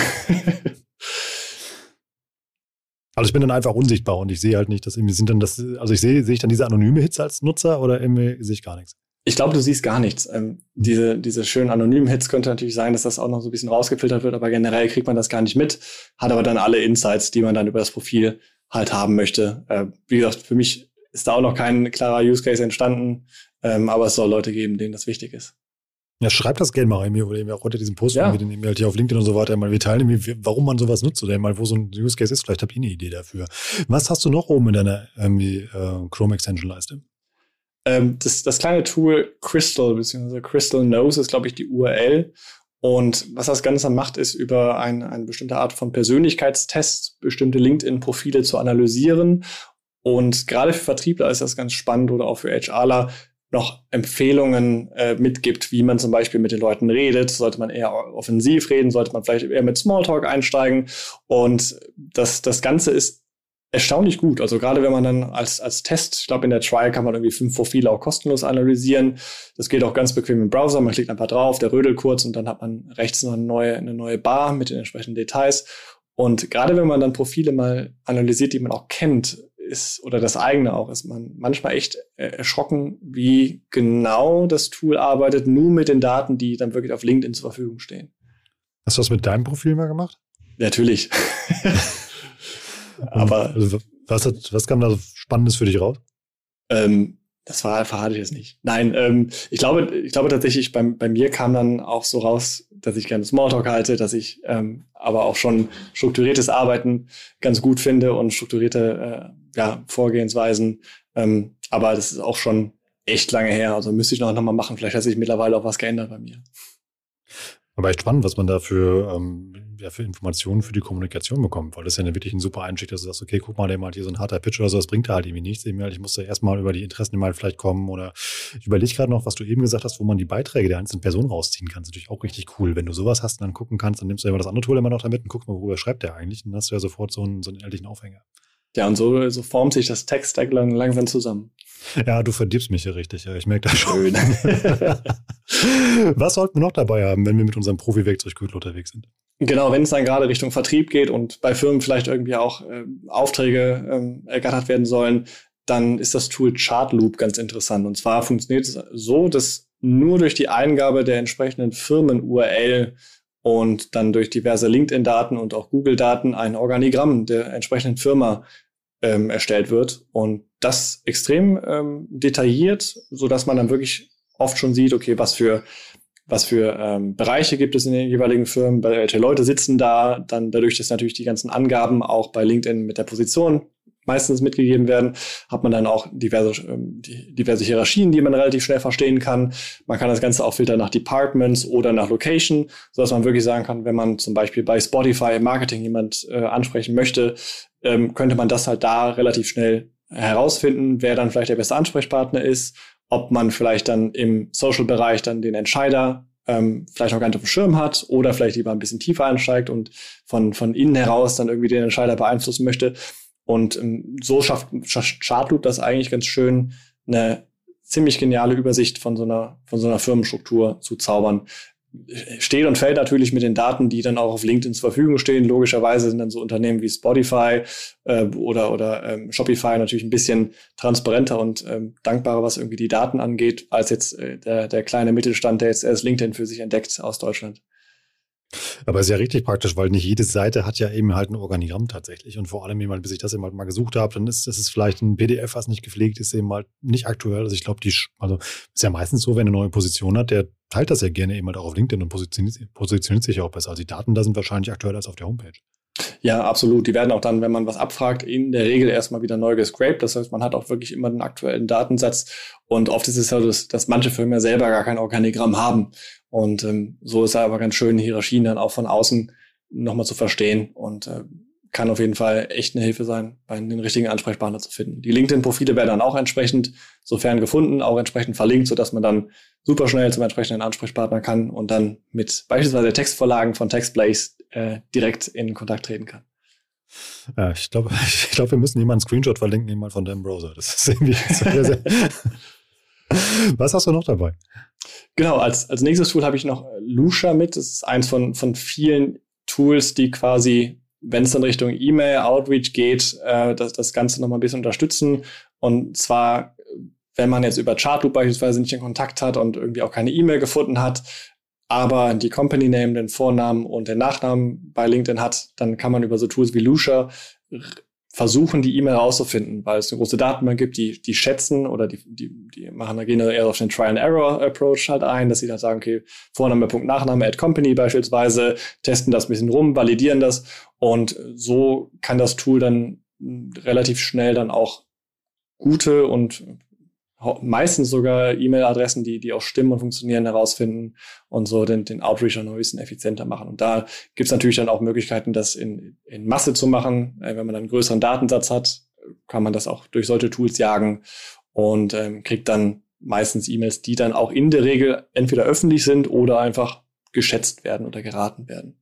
Also ich bin dann einfach unsichtbar und ich sehe halt nicht, dass irgendwie sehe ich dann diese anonyme Hits als Nutzer oder irgendwie sehe ich gar nichts? Ich glaube, du siehst gar nichts. Diese schönen anonymen Hits könnte natürlich sein, dass das auch noch so ein bisschen rausgefiltert wird, aber generell kriegt man das gar nicht mit, hat aber dann alle Insights, die man dann über das Profil halt haben möchte. Wie gesagt, für mich ist da auch noch kein klarer Use Case entstanden, aber es soll Leute geben, denen das wichtig ist. Ja, schreibt das gerne mal rein, oder eben auch unter diesem Post, den eben halt hier auf LinkedIn und so weiter, mal wir teilen, warum man sowas nutzt oder mal wo so ein Use Case ist. Vielleicht habt ihr eine Idee dafür. Was hast du noch oben in deiner Chrome-Extension-Leiste? Das kleine Tool Crystal, beziehungsweise Crystal Knows ist, glaube ich, die URL. Und was das Ganze macht, ist über eine bestimmte Art von Persönlichkeitstest bestimmte LinkedIn-Profile zu analysieren. Und gerade für Vertriebler ist das ganz spannend oder auch für HRler, noch Empfehlungen mitgibt, wie man zum Beispiel mit den Leuten redet. Sollte man eher offensiv reden? Sollte man vielleicht eher mit Smalltalk einsteigen? Und das Ganze ist erstaunlich gut. Also gerade wenn man dann als Test, ich glaube in der Trial kann man irgendwie 5 Profile auch kostenlos analysieren. Das geht auch ganz bequem im Browser. Man klickt einfach drauf, der rödelt kurz und dann hat man rechts noch eine neue Bar mit den entsprechenden Details. Und gerade wenn man dann Profile mal analysiert, die man auch kennt, oder das eigene auch, ist man manchmal echt erschrocken, wie genau das Tool arbeitet, nur mit den Daten, die dann wirklich auf LinkedIn zur Verfügung stehen. Hast du das mit deinem Profil mal gemacht? Natürlich. Aber also, was kam da so Spannendes für dich raus? Das verrate ich jetzt nicht. Nein, ich glaube tatsächlich, bei mir kam dann auch so raus, dass ich gerne Smalltalk halte, dass ich aber auch schon strukturiertes Arbeiten ganz gut finde und strukturierte Vorgehensweisen. Aber das ist auch schon echt lange her. Also müsste ich noch mal machen. Vielleicht hat sich mittlerweile auch was geändert bei mir. Aber echt spannend, was man da für Informationen für die Kommunikation bekommt, weil das ist ja wirklich ein super Einstieg, dass du sagst, okay, guck mal, der mal hier so ein harter Pitch oder so, das bringt da halt irgendwie nichts. Ich musste erstmal über die Interessen mal vielleicht kommen oder ich überlege gerade noch, was du eben gesagt hast, wo man die Beiträge der einzelnen Personen rausziehen kann. Das ist natürlich auch richtig cool. Wenn du sowas hast und dann gucken kannst, dann nimmst du ja mal das andere Tool immer noch damit und guckst mal, worüber schreibt der eigentlich. Und dann hast du ja sofort so einen inhaltlichen Aufhänger. Ja, und so formt sich das Tech-Stack langsam zusammen. Ja, du verdirbst mich hier richtig. Ja, ich merke das schon. Was sollten wir noch dabei haben, wenn wir mit unserem Profi-Werkzeuggürtel unterwegs sind? Genau, wenn es dann gerade Richtung Vertrieb geht und bei Firmen vielleicht irgendwie auch Aufträge ergattert werden sollen, dann ist das Tool Chartloop ganz interessant. Und zwar funktioniert es so, dass nur durch die Eingabe der entsprechenden Firmen-URL und dann durch diverse LinkedIn-Daten und auch Google-Daten ein Organigramm der entsprechenden Firma erstellt wird. Und das extrem detailliert, sodass man dann wirklich oft schon sieht, okay, was für Bereiche gibt es in den jeweiligen Firmen, welche Leute sitzen da, dann dadurch, dass natürlich die ganzen Angaben auch bei LinkedIn mit der Position meistens mitgegeben werden, hat man dann auch diverse Hierarchien, die man relativ schnell verstehen kann. Man kann das Ganze auch filtern nach Departments oder nach Location, sodass man wirklich sagen kann, wenn man zum Beispiel bei Spotify im Marketing jemand ansprechen möchte, könnte man das halt da relativ schnell herausfinden, wer dann vielleicht der beste Ansprechpartner ist, ob man vielleicht dann im Social-Bereich dann den Entscheider vielleicht noch gar nicht auf dem Schirm hat oder vielleicht lieber ein bisschen tiefer einsteigt und von innen heraus dann irgendwie den Entscheider beeinflussen möchte. Und so schafft Chartloop das eigentlich ganz schön, eine ziemlich geniale Übersicht von so einer Firmenstruktur zu zaubern. steht und fällt natürlich mit den Daten, die dann auch auf LinkedIn zur Verfügung stehen. Logischerweise sind dann so Unternehmen wie Spotify oder Shopify natürlich ein bisschen transparenter und dankbarer, was irgendwie die Daten angeht, als jetzt der kleine Mittelstand, der jetzt erst LinkedIn für sich entdeckt aus Deutschland. Aber ist ja richtig praktisch, weil nicht jede Seite hat ja eben halt ein Organigramm tatsächlich. Und vor allem, bis ich das eben halt mal gesucht habe, dann ist es vielleicht ein PDF, was nicht gepflegt ist, eben halt nicht aktuell. Also ich glaube, also ist ja meistens so, wenn eine neue Position hat, der teilt das ja gerne eben halt auch auf LinkedIn und positioniert sich auch besser. Also die Daten da sind wahrscheinlich aktueller als auf der Homepage. Ja, absolut. Die werden auch dann, wenn man was abfragt, in der Regel erstmal wieder neu gescraped. Das heißt, man hat auch wirklich immer den aktuellen Datensatz. Und oft ist es so, dass manche Firmen ja selber gar kein Organigramm haben. Und so ist es aber ganz schön, Hierarchien dann auch von außen nochmal zu verstehen und kann auf jeden Fall echt eine Hilfe sein, den richtigen Ansprechpartner zu finden. Die LinkedIn-Profile werden dann auch entsprechend, sofern gefunden, auch entsprechend verlinkt, sodass man dann super schnell zum entsprechenden Ansprechpartner kann und dann mit beispielsweise Textvorlagen von Textblaze direkt in Kontakt treten kann. Ja, ich glaube, wir müssen jemanden einen Screenshot verlinken, eben mal von deinem Browser. Das ist irgendwie sehr, sehr Was hast du noch dabei? Genau, als nächstes Tool habe ich noch Lusha mit. Das ist eins von vielen Tools, die quasi, wenn es dann Richtung E-Mail, Outreach geht, das Ganze nochmal ein bisschen unterstützen. Und zwar, wenn man jetzt über Chartloop beispielsweise nicht in Kontakt hat und irgendwie auch keine E-Mail gefunden hat, aber die Company Name, den Vornamen und den Nachnamen bei LinkedIn hat, dann kann man über so Tools wie Lusha versuchen, die E-Mail rauszufinden, weil es eine große Datenbank gibt, die schätzen oder die machen da gehen eher auf den Trial-and-Error-Approach halt ein, dass sie dann sagen, okay, Vorname, Punkt, Nachname, @company beispielsweise, testen das ein bisschen rum, validieren das und so kann das Tool dann relativ schnell dann auch gute und meistens sogar E-Mail-Adressen, die auch stimmen und funktionieren, herausfinden und so den Outreach noch ein bisschen effizienter machen. Und da gibt es natürlich dann auch Möglichkeiten, das in Masse zu machen. Wenn man dann einen größeren Datensatz hat, kann man das auch durch solche Tools jagen und kriegt dann meistens E-Mails, die dann auch in der Regel entweder öffentlich sind oder einfach geschätzt werden oder geraten werden.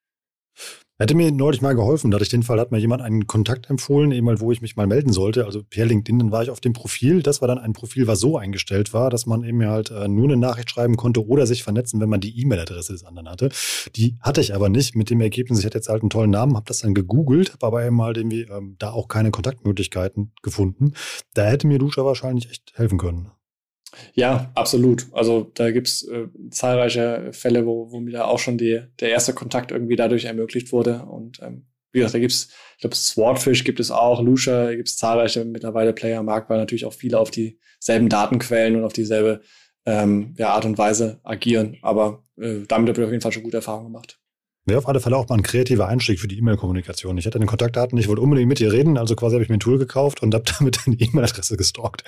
Hätte mir neulich mal geholfen. Da hatte ich den Fall, hat mir jemand einen Kontakt empfohlen, eben mal, wo ich mich mal melden sollte. Also per LinkedIn, dann war ich auf dem Profil. Das war dann ein Profil, was so eingestellt war, dass man eben halt nur eine Nachricht schreiben konnte oder sich vernetzen, wenn man die E-Mail-Adresse des anderen hatte. Die hatte ich aber nicht mit dem Ergebnis, ich hatte jetzt halt einen tollen Namen, habe das dann gegoogelt, habe aber eben halt irgendwie da auch keine Kontaktmöglichkeiten gefunden. Da hätte mir Lusha wahrscheinlich echt helfen können. Ja, absolut. Also da gibt's zahlreiche Fälle, wo mir da auch schon der erste Kontakt irgendwie dadurch ermöglicht wurde. Und wie gesagt, da gibt's, ich glaube, Swordfish gibt es auch, Lusha, gibt's zahlreiche mittlerweile Player am Markt, weil natürlich auch viele auf dieselben Datenquellen und auf dieselbe Art und Weise agieren. Aber damit habe ich auf jeden Fall schon gute Erfahrungen gemacht. Wäre auf alle Fälle auch mal ein kreativer Einstieg für die E-Mail-Kommunikation. Ich hatte den Kontaktdaten, ich wollte unbedingt mit dir reden, also quasi habe ich mir ein Tool gekauft und habe damit deine E-Mail-Adresse gestalkt.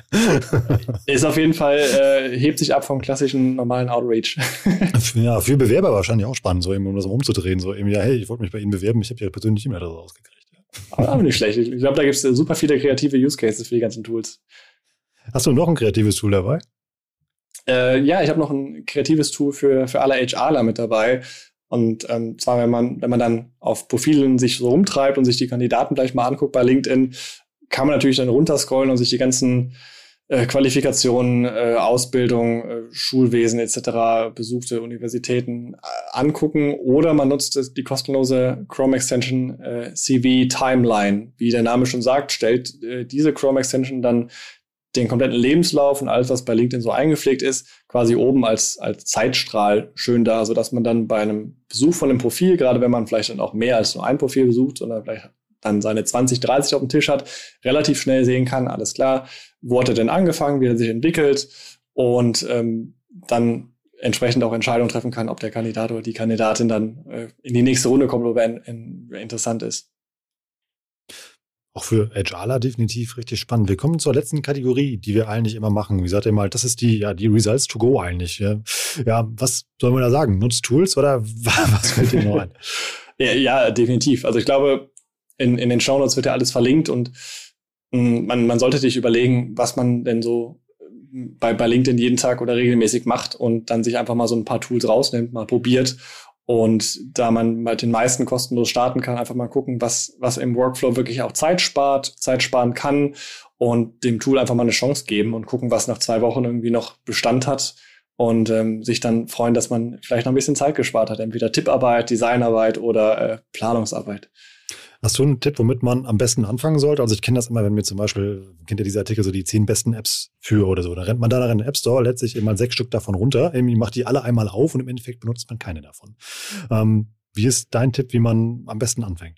Ist auf jeden Fall, hebt sich ab vom klassischen normalen Outreach. Ja, für Bewerber wahrscheinlich auch spannend, so eben, um das mal umzudrehen. So eben, ja, hey, ich wollte mich bei Ihnen bewerben, ich habe Ihre persönliche E-Mail-Adresse rausgekriegt. Ja. Aber nicht schlecht. Ich glaube, da gibt es super viele kreative Use Cases für die ganzen Tools. Hast du noch ein kreatives Tool dabei? Ja, ich habe noch ein kreatives Tool für alle HRler mit dabei. Und zwar, wenn man dann auf Profilen sich so rumtreibt und sich die Kandidaten gleich mal anguckt bei LinkedIn, kann man natürlich dann runterscrollen und sich die ganzen Qualifikationen, Ausbildung, Schulwesen etc., besuchte Universitäten angucken. Oder man nutzt die kostenlose Chrome-Extension CV Timeline. Wie der Name schon sagt, stellt diese Chrome-Extension dann den kompletten Lebenslauf und alles, was bei LinkedIn so eingepflegt ist, quasi oben als Zeitstrahl schön da, sodass man dann bei einem Besuch von einem Profil, gerade wenn man vielleicht dann auch mehr als nur ein Profil besucht, sondern vielleicht dann seine 20, 30 auf dem Tisch hat, relativ schnell sehen kann, alles klar, wo hat er denn angefangen, wie er sich entwickelt und dann entsprechend auch Entscheidungen treffen kann, ob der Kandidat oder die Kandidatin dann in die nächste Runde kommt oder interessant ist. Auch für HRler definitiv richtig spannend. Wir kommen zur letzten Kategorie, die wir eigentlich immer machen. Wie gesagt, mal, das ist die Results to go eigentlich. Ja, was soll man da sagen? Nutzt Tools oder was fällt dir noch ein? Ja, definitiv. Also ich glaube, in den Shownotes wird ja alles verlinkt und man sollte sich überlegen, was man denn so bei LinkedIn jeden Tag oder regelmäßig macht und dann sich einfach mal so ein paar Tools rausnimmt, mal probiert. Und da man mit den meisten kostenlos starten kann, einfach mal gucken, was im Workflow wirklich auch Zeit sparen kann und dem Tool einfach mal eine Chance geben und gucken, was nach 2 Wochen irgendwie noch Bestand hat und sich dann freuen, dass man vielleicht noch ein bisschen Zeit gespart hat. Entweder Tipparbeit, Designarbeit oder Planungsarbeit. Hast du einen Tipp, womit man am besten anfangen sollte? Also ich kenne das immer, wenn mir zum Beispiel, kennt ihr diese Artikel, so die 10 besten Apps für oder so. Da rennt man da in den App Store, lädt sich immer 6 Stück davon runter, irgendwie macht die alle einmal auf und im Endeffekt benutzt man keine davon. Wie ist dein Tipp, wie man am besten anfängt?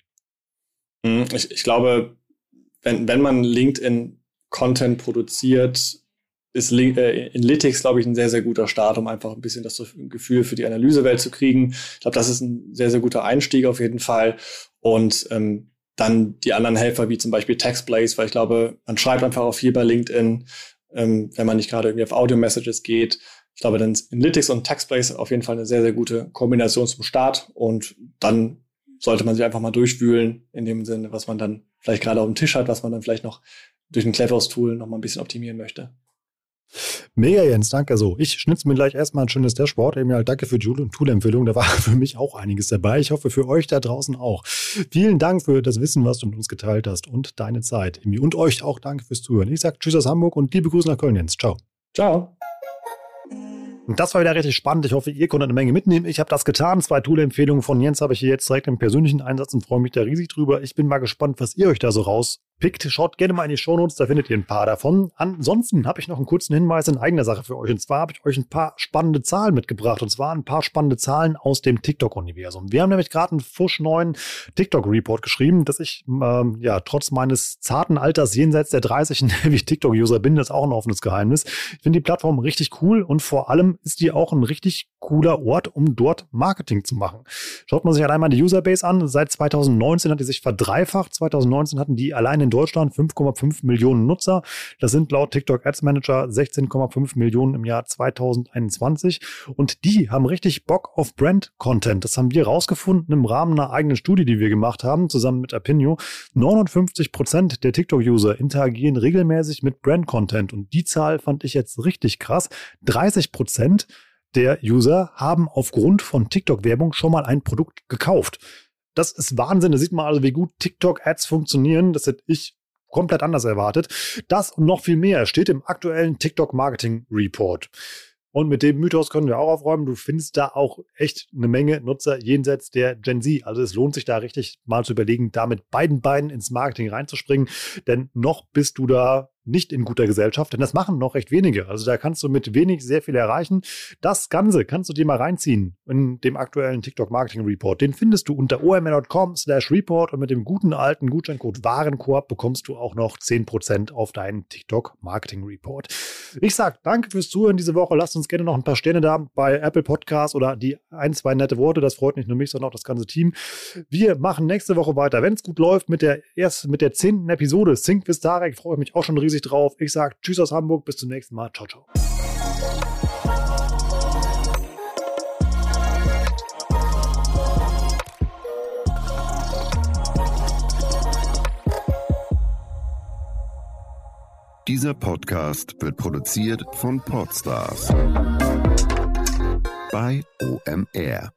Ich glaube, wenn man LinkedIn-Content produziert, ist Analytics, glaube ich, ein sehr, sehr guter Start, um einfach ein bisschen das Gefühl für die Analysewelt zu kriegen. Ich glaube, das ist ein sehr, sehr guter Einstieg auf jeden Fall. Und dann die anderen Helfer, wie zum Beispiel Textblaze, weil ich glaube, man schreibt einfach auch viel bei LinkedIn, wenn man nicht gerade irgendwie auf Audio-Messages geht. Ich glaube, dann ist Analytics und Textblaze auf jeden Fall eine sehr, sehr gute Kombination zum Start. Und dann sollte man sich einfach mal durchwühlen, in dem Sinne, was man dann vielleicht gerade auf dem Tisch hat, was man dann vielleicht noch durch ein cleveres Tool noch mal ein bisschen optimieren möchte. Mega, Jens, danke. So, ich schnitze mir gleich erstmal ein schönes Dashboard. Eben halt danke für die Tool-Empfehlung. Da war für mich auch einiges dabei. Ich hoffe, für euch da draußen auch. Vielen Dank für das Wissen, was du mit uns geteilt hast und deine Zeit. Und euch auch danke fürs Zuhören. Ich sage Tschüss aus Hamburg und liebe Grüße nach Köln, Jens. Ciao. Ciao. Und das war wieder richtig spannend. Ich hoffe, ihr konntet eine Menge mitnehmen. Ich habe das getan. 2 Tool-Empfehlungen von Jens habe ich hier jetzt direkt im persönlichen Einsatz und freue mich da riesig drüber. Ich bin mal gespannt, was ihr euch da so rauspickt. Schaut gerne mal in die Shownotes, da findet ihr ein paar davon. Ansonsten habe ich noch einen kurzen Hinweis in eigener Sache für euch. Und zwar habe ich euch ein paar spannende Zahlen mitgebracht. Und zwar ein paar spannende Zahlen aus dem TikTok-Universum. Wir haben nämlich gerade einen fuschneuen TikTok-Report geschrieben, dass ich trotz meines zarten Alters jenseits der 30 ein heavy TikTok-User bin. Das ist auch ein offenes Geheimnis. Ich finde die Plattform richtig cool und vor allem ist die auch ein richtig cooler Ort, um dort Marketing zu machen. Schaut man sich allein mal die Userbase an. Seit 2019 hat die sich verdreifacht. 2019 hatten die allein in Deutschland 5,5 Millionen Nutzer. Das sind laut TikTok Ads Manager 16,5 Millionen im Jahr 2021. Und die haben richtig Bock auf Brand-Content. Das haben wir rausgefunden im Rahmen einer eigenen Studie, die wir gemacht haben, zusammen mit Apinio. 59% der TikTok-User interagieren regelmäßig mit Brand-Content. Und die Zahl fand ich jetzt richtig krass. 30% der User haben aufgrund von TikTok-Werbung schon mal ein Produkt gekauft. Das ist Wahnsinn. Da sieht man also, wie gut TikTok-Ads funktionieren. Das hätte ich komplett anders erwartet. Das und noch viel mehr steht im aktuellen TikTok-Marketing-Report. Und mit dem Mythos können wir auch aufräumen. Du findest da auch echt eine Menge Nutzer jenseits der Gen Z. Also es lohnt sich da richtig mal zu überlegen, da mit beiden Beinen ins Marketing reinzuspringen. Denn noch bist du da nicht in guter Gesellschaft, denn das machen noch recht wenige. Also da kannst du mit wenig sehr viel erreichen. Das Ganze kannst du dir mal reinziehen in dem aktuellen TikTok-Marketing-Report. Den findest du unter omr.com/report und mit dem guten alten Gutscheincode Warenkorb bekommst du auch noch 10% auf deinen TikTok-Marketing-Report. Ich sag danke fürs Zuhören diese Woche. Lasst uns gerne noch ein paar Sterne da bei Apple Podcasts oder die 1, 2 nette Worte. Das freut nicht nur mich, sondern auch das ganze Team. Wir machen nächste Woche weiter, wenn es gut läuft, mit der 10. Episode Sync with Tarek. Freue mich auch schon riesig drauf. Ich sage Tschüss aus Hamburg, bis zum nächsten Mal. Ciao, ciao. Dieser Podcast wird produziert von Podstars bei OMR.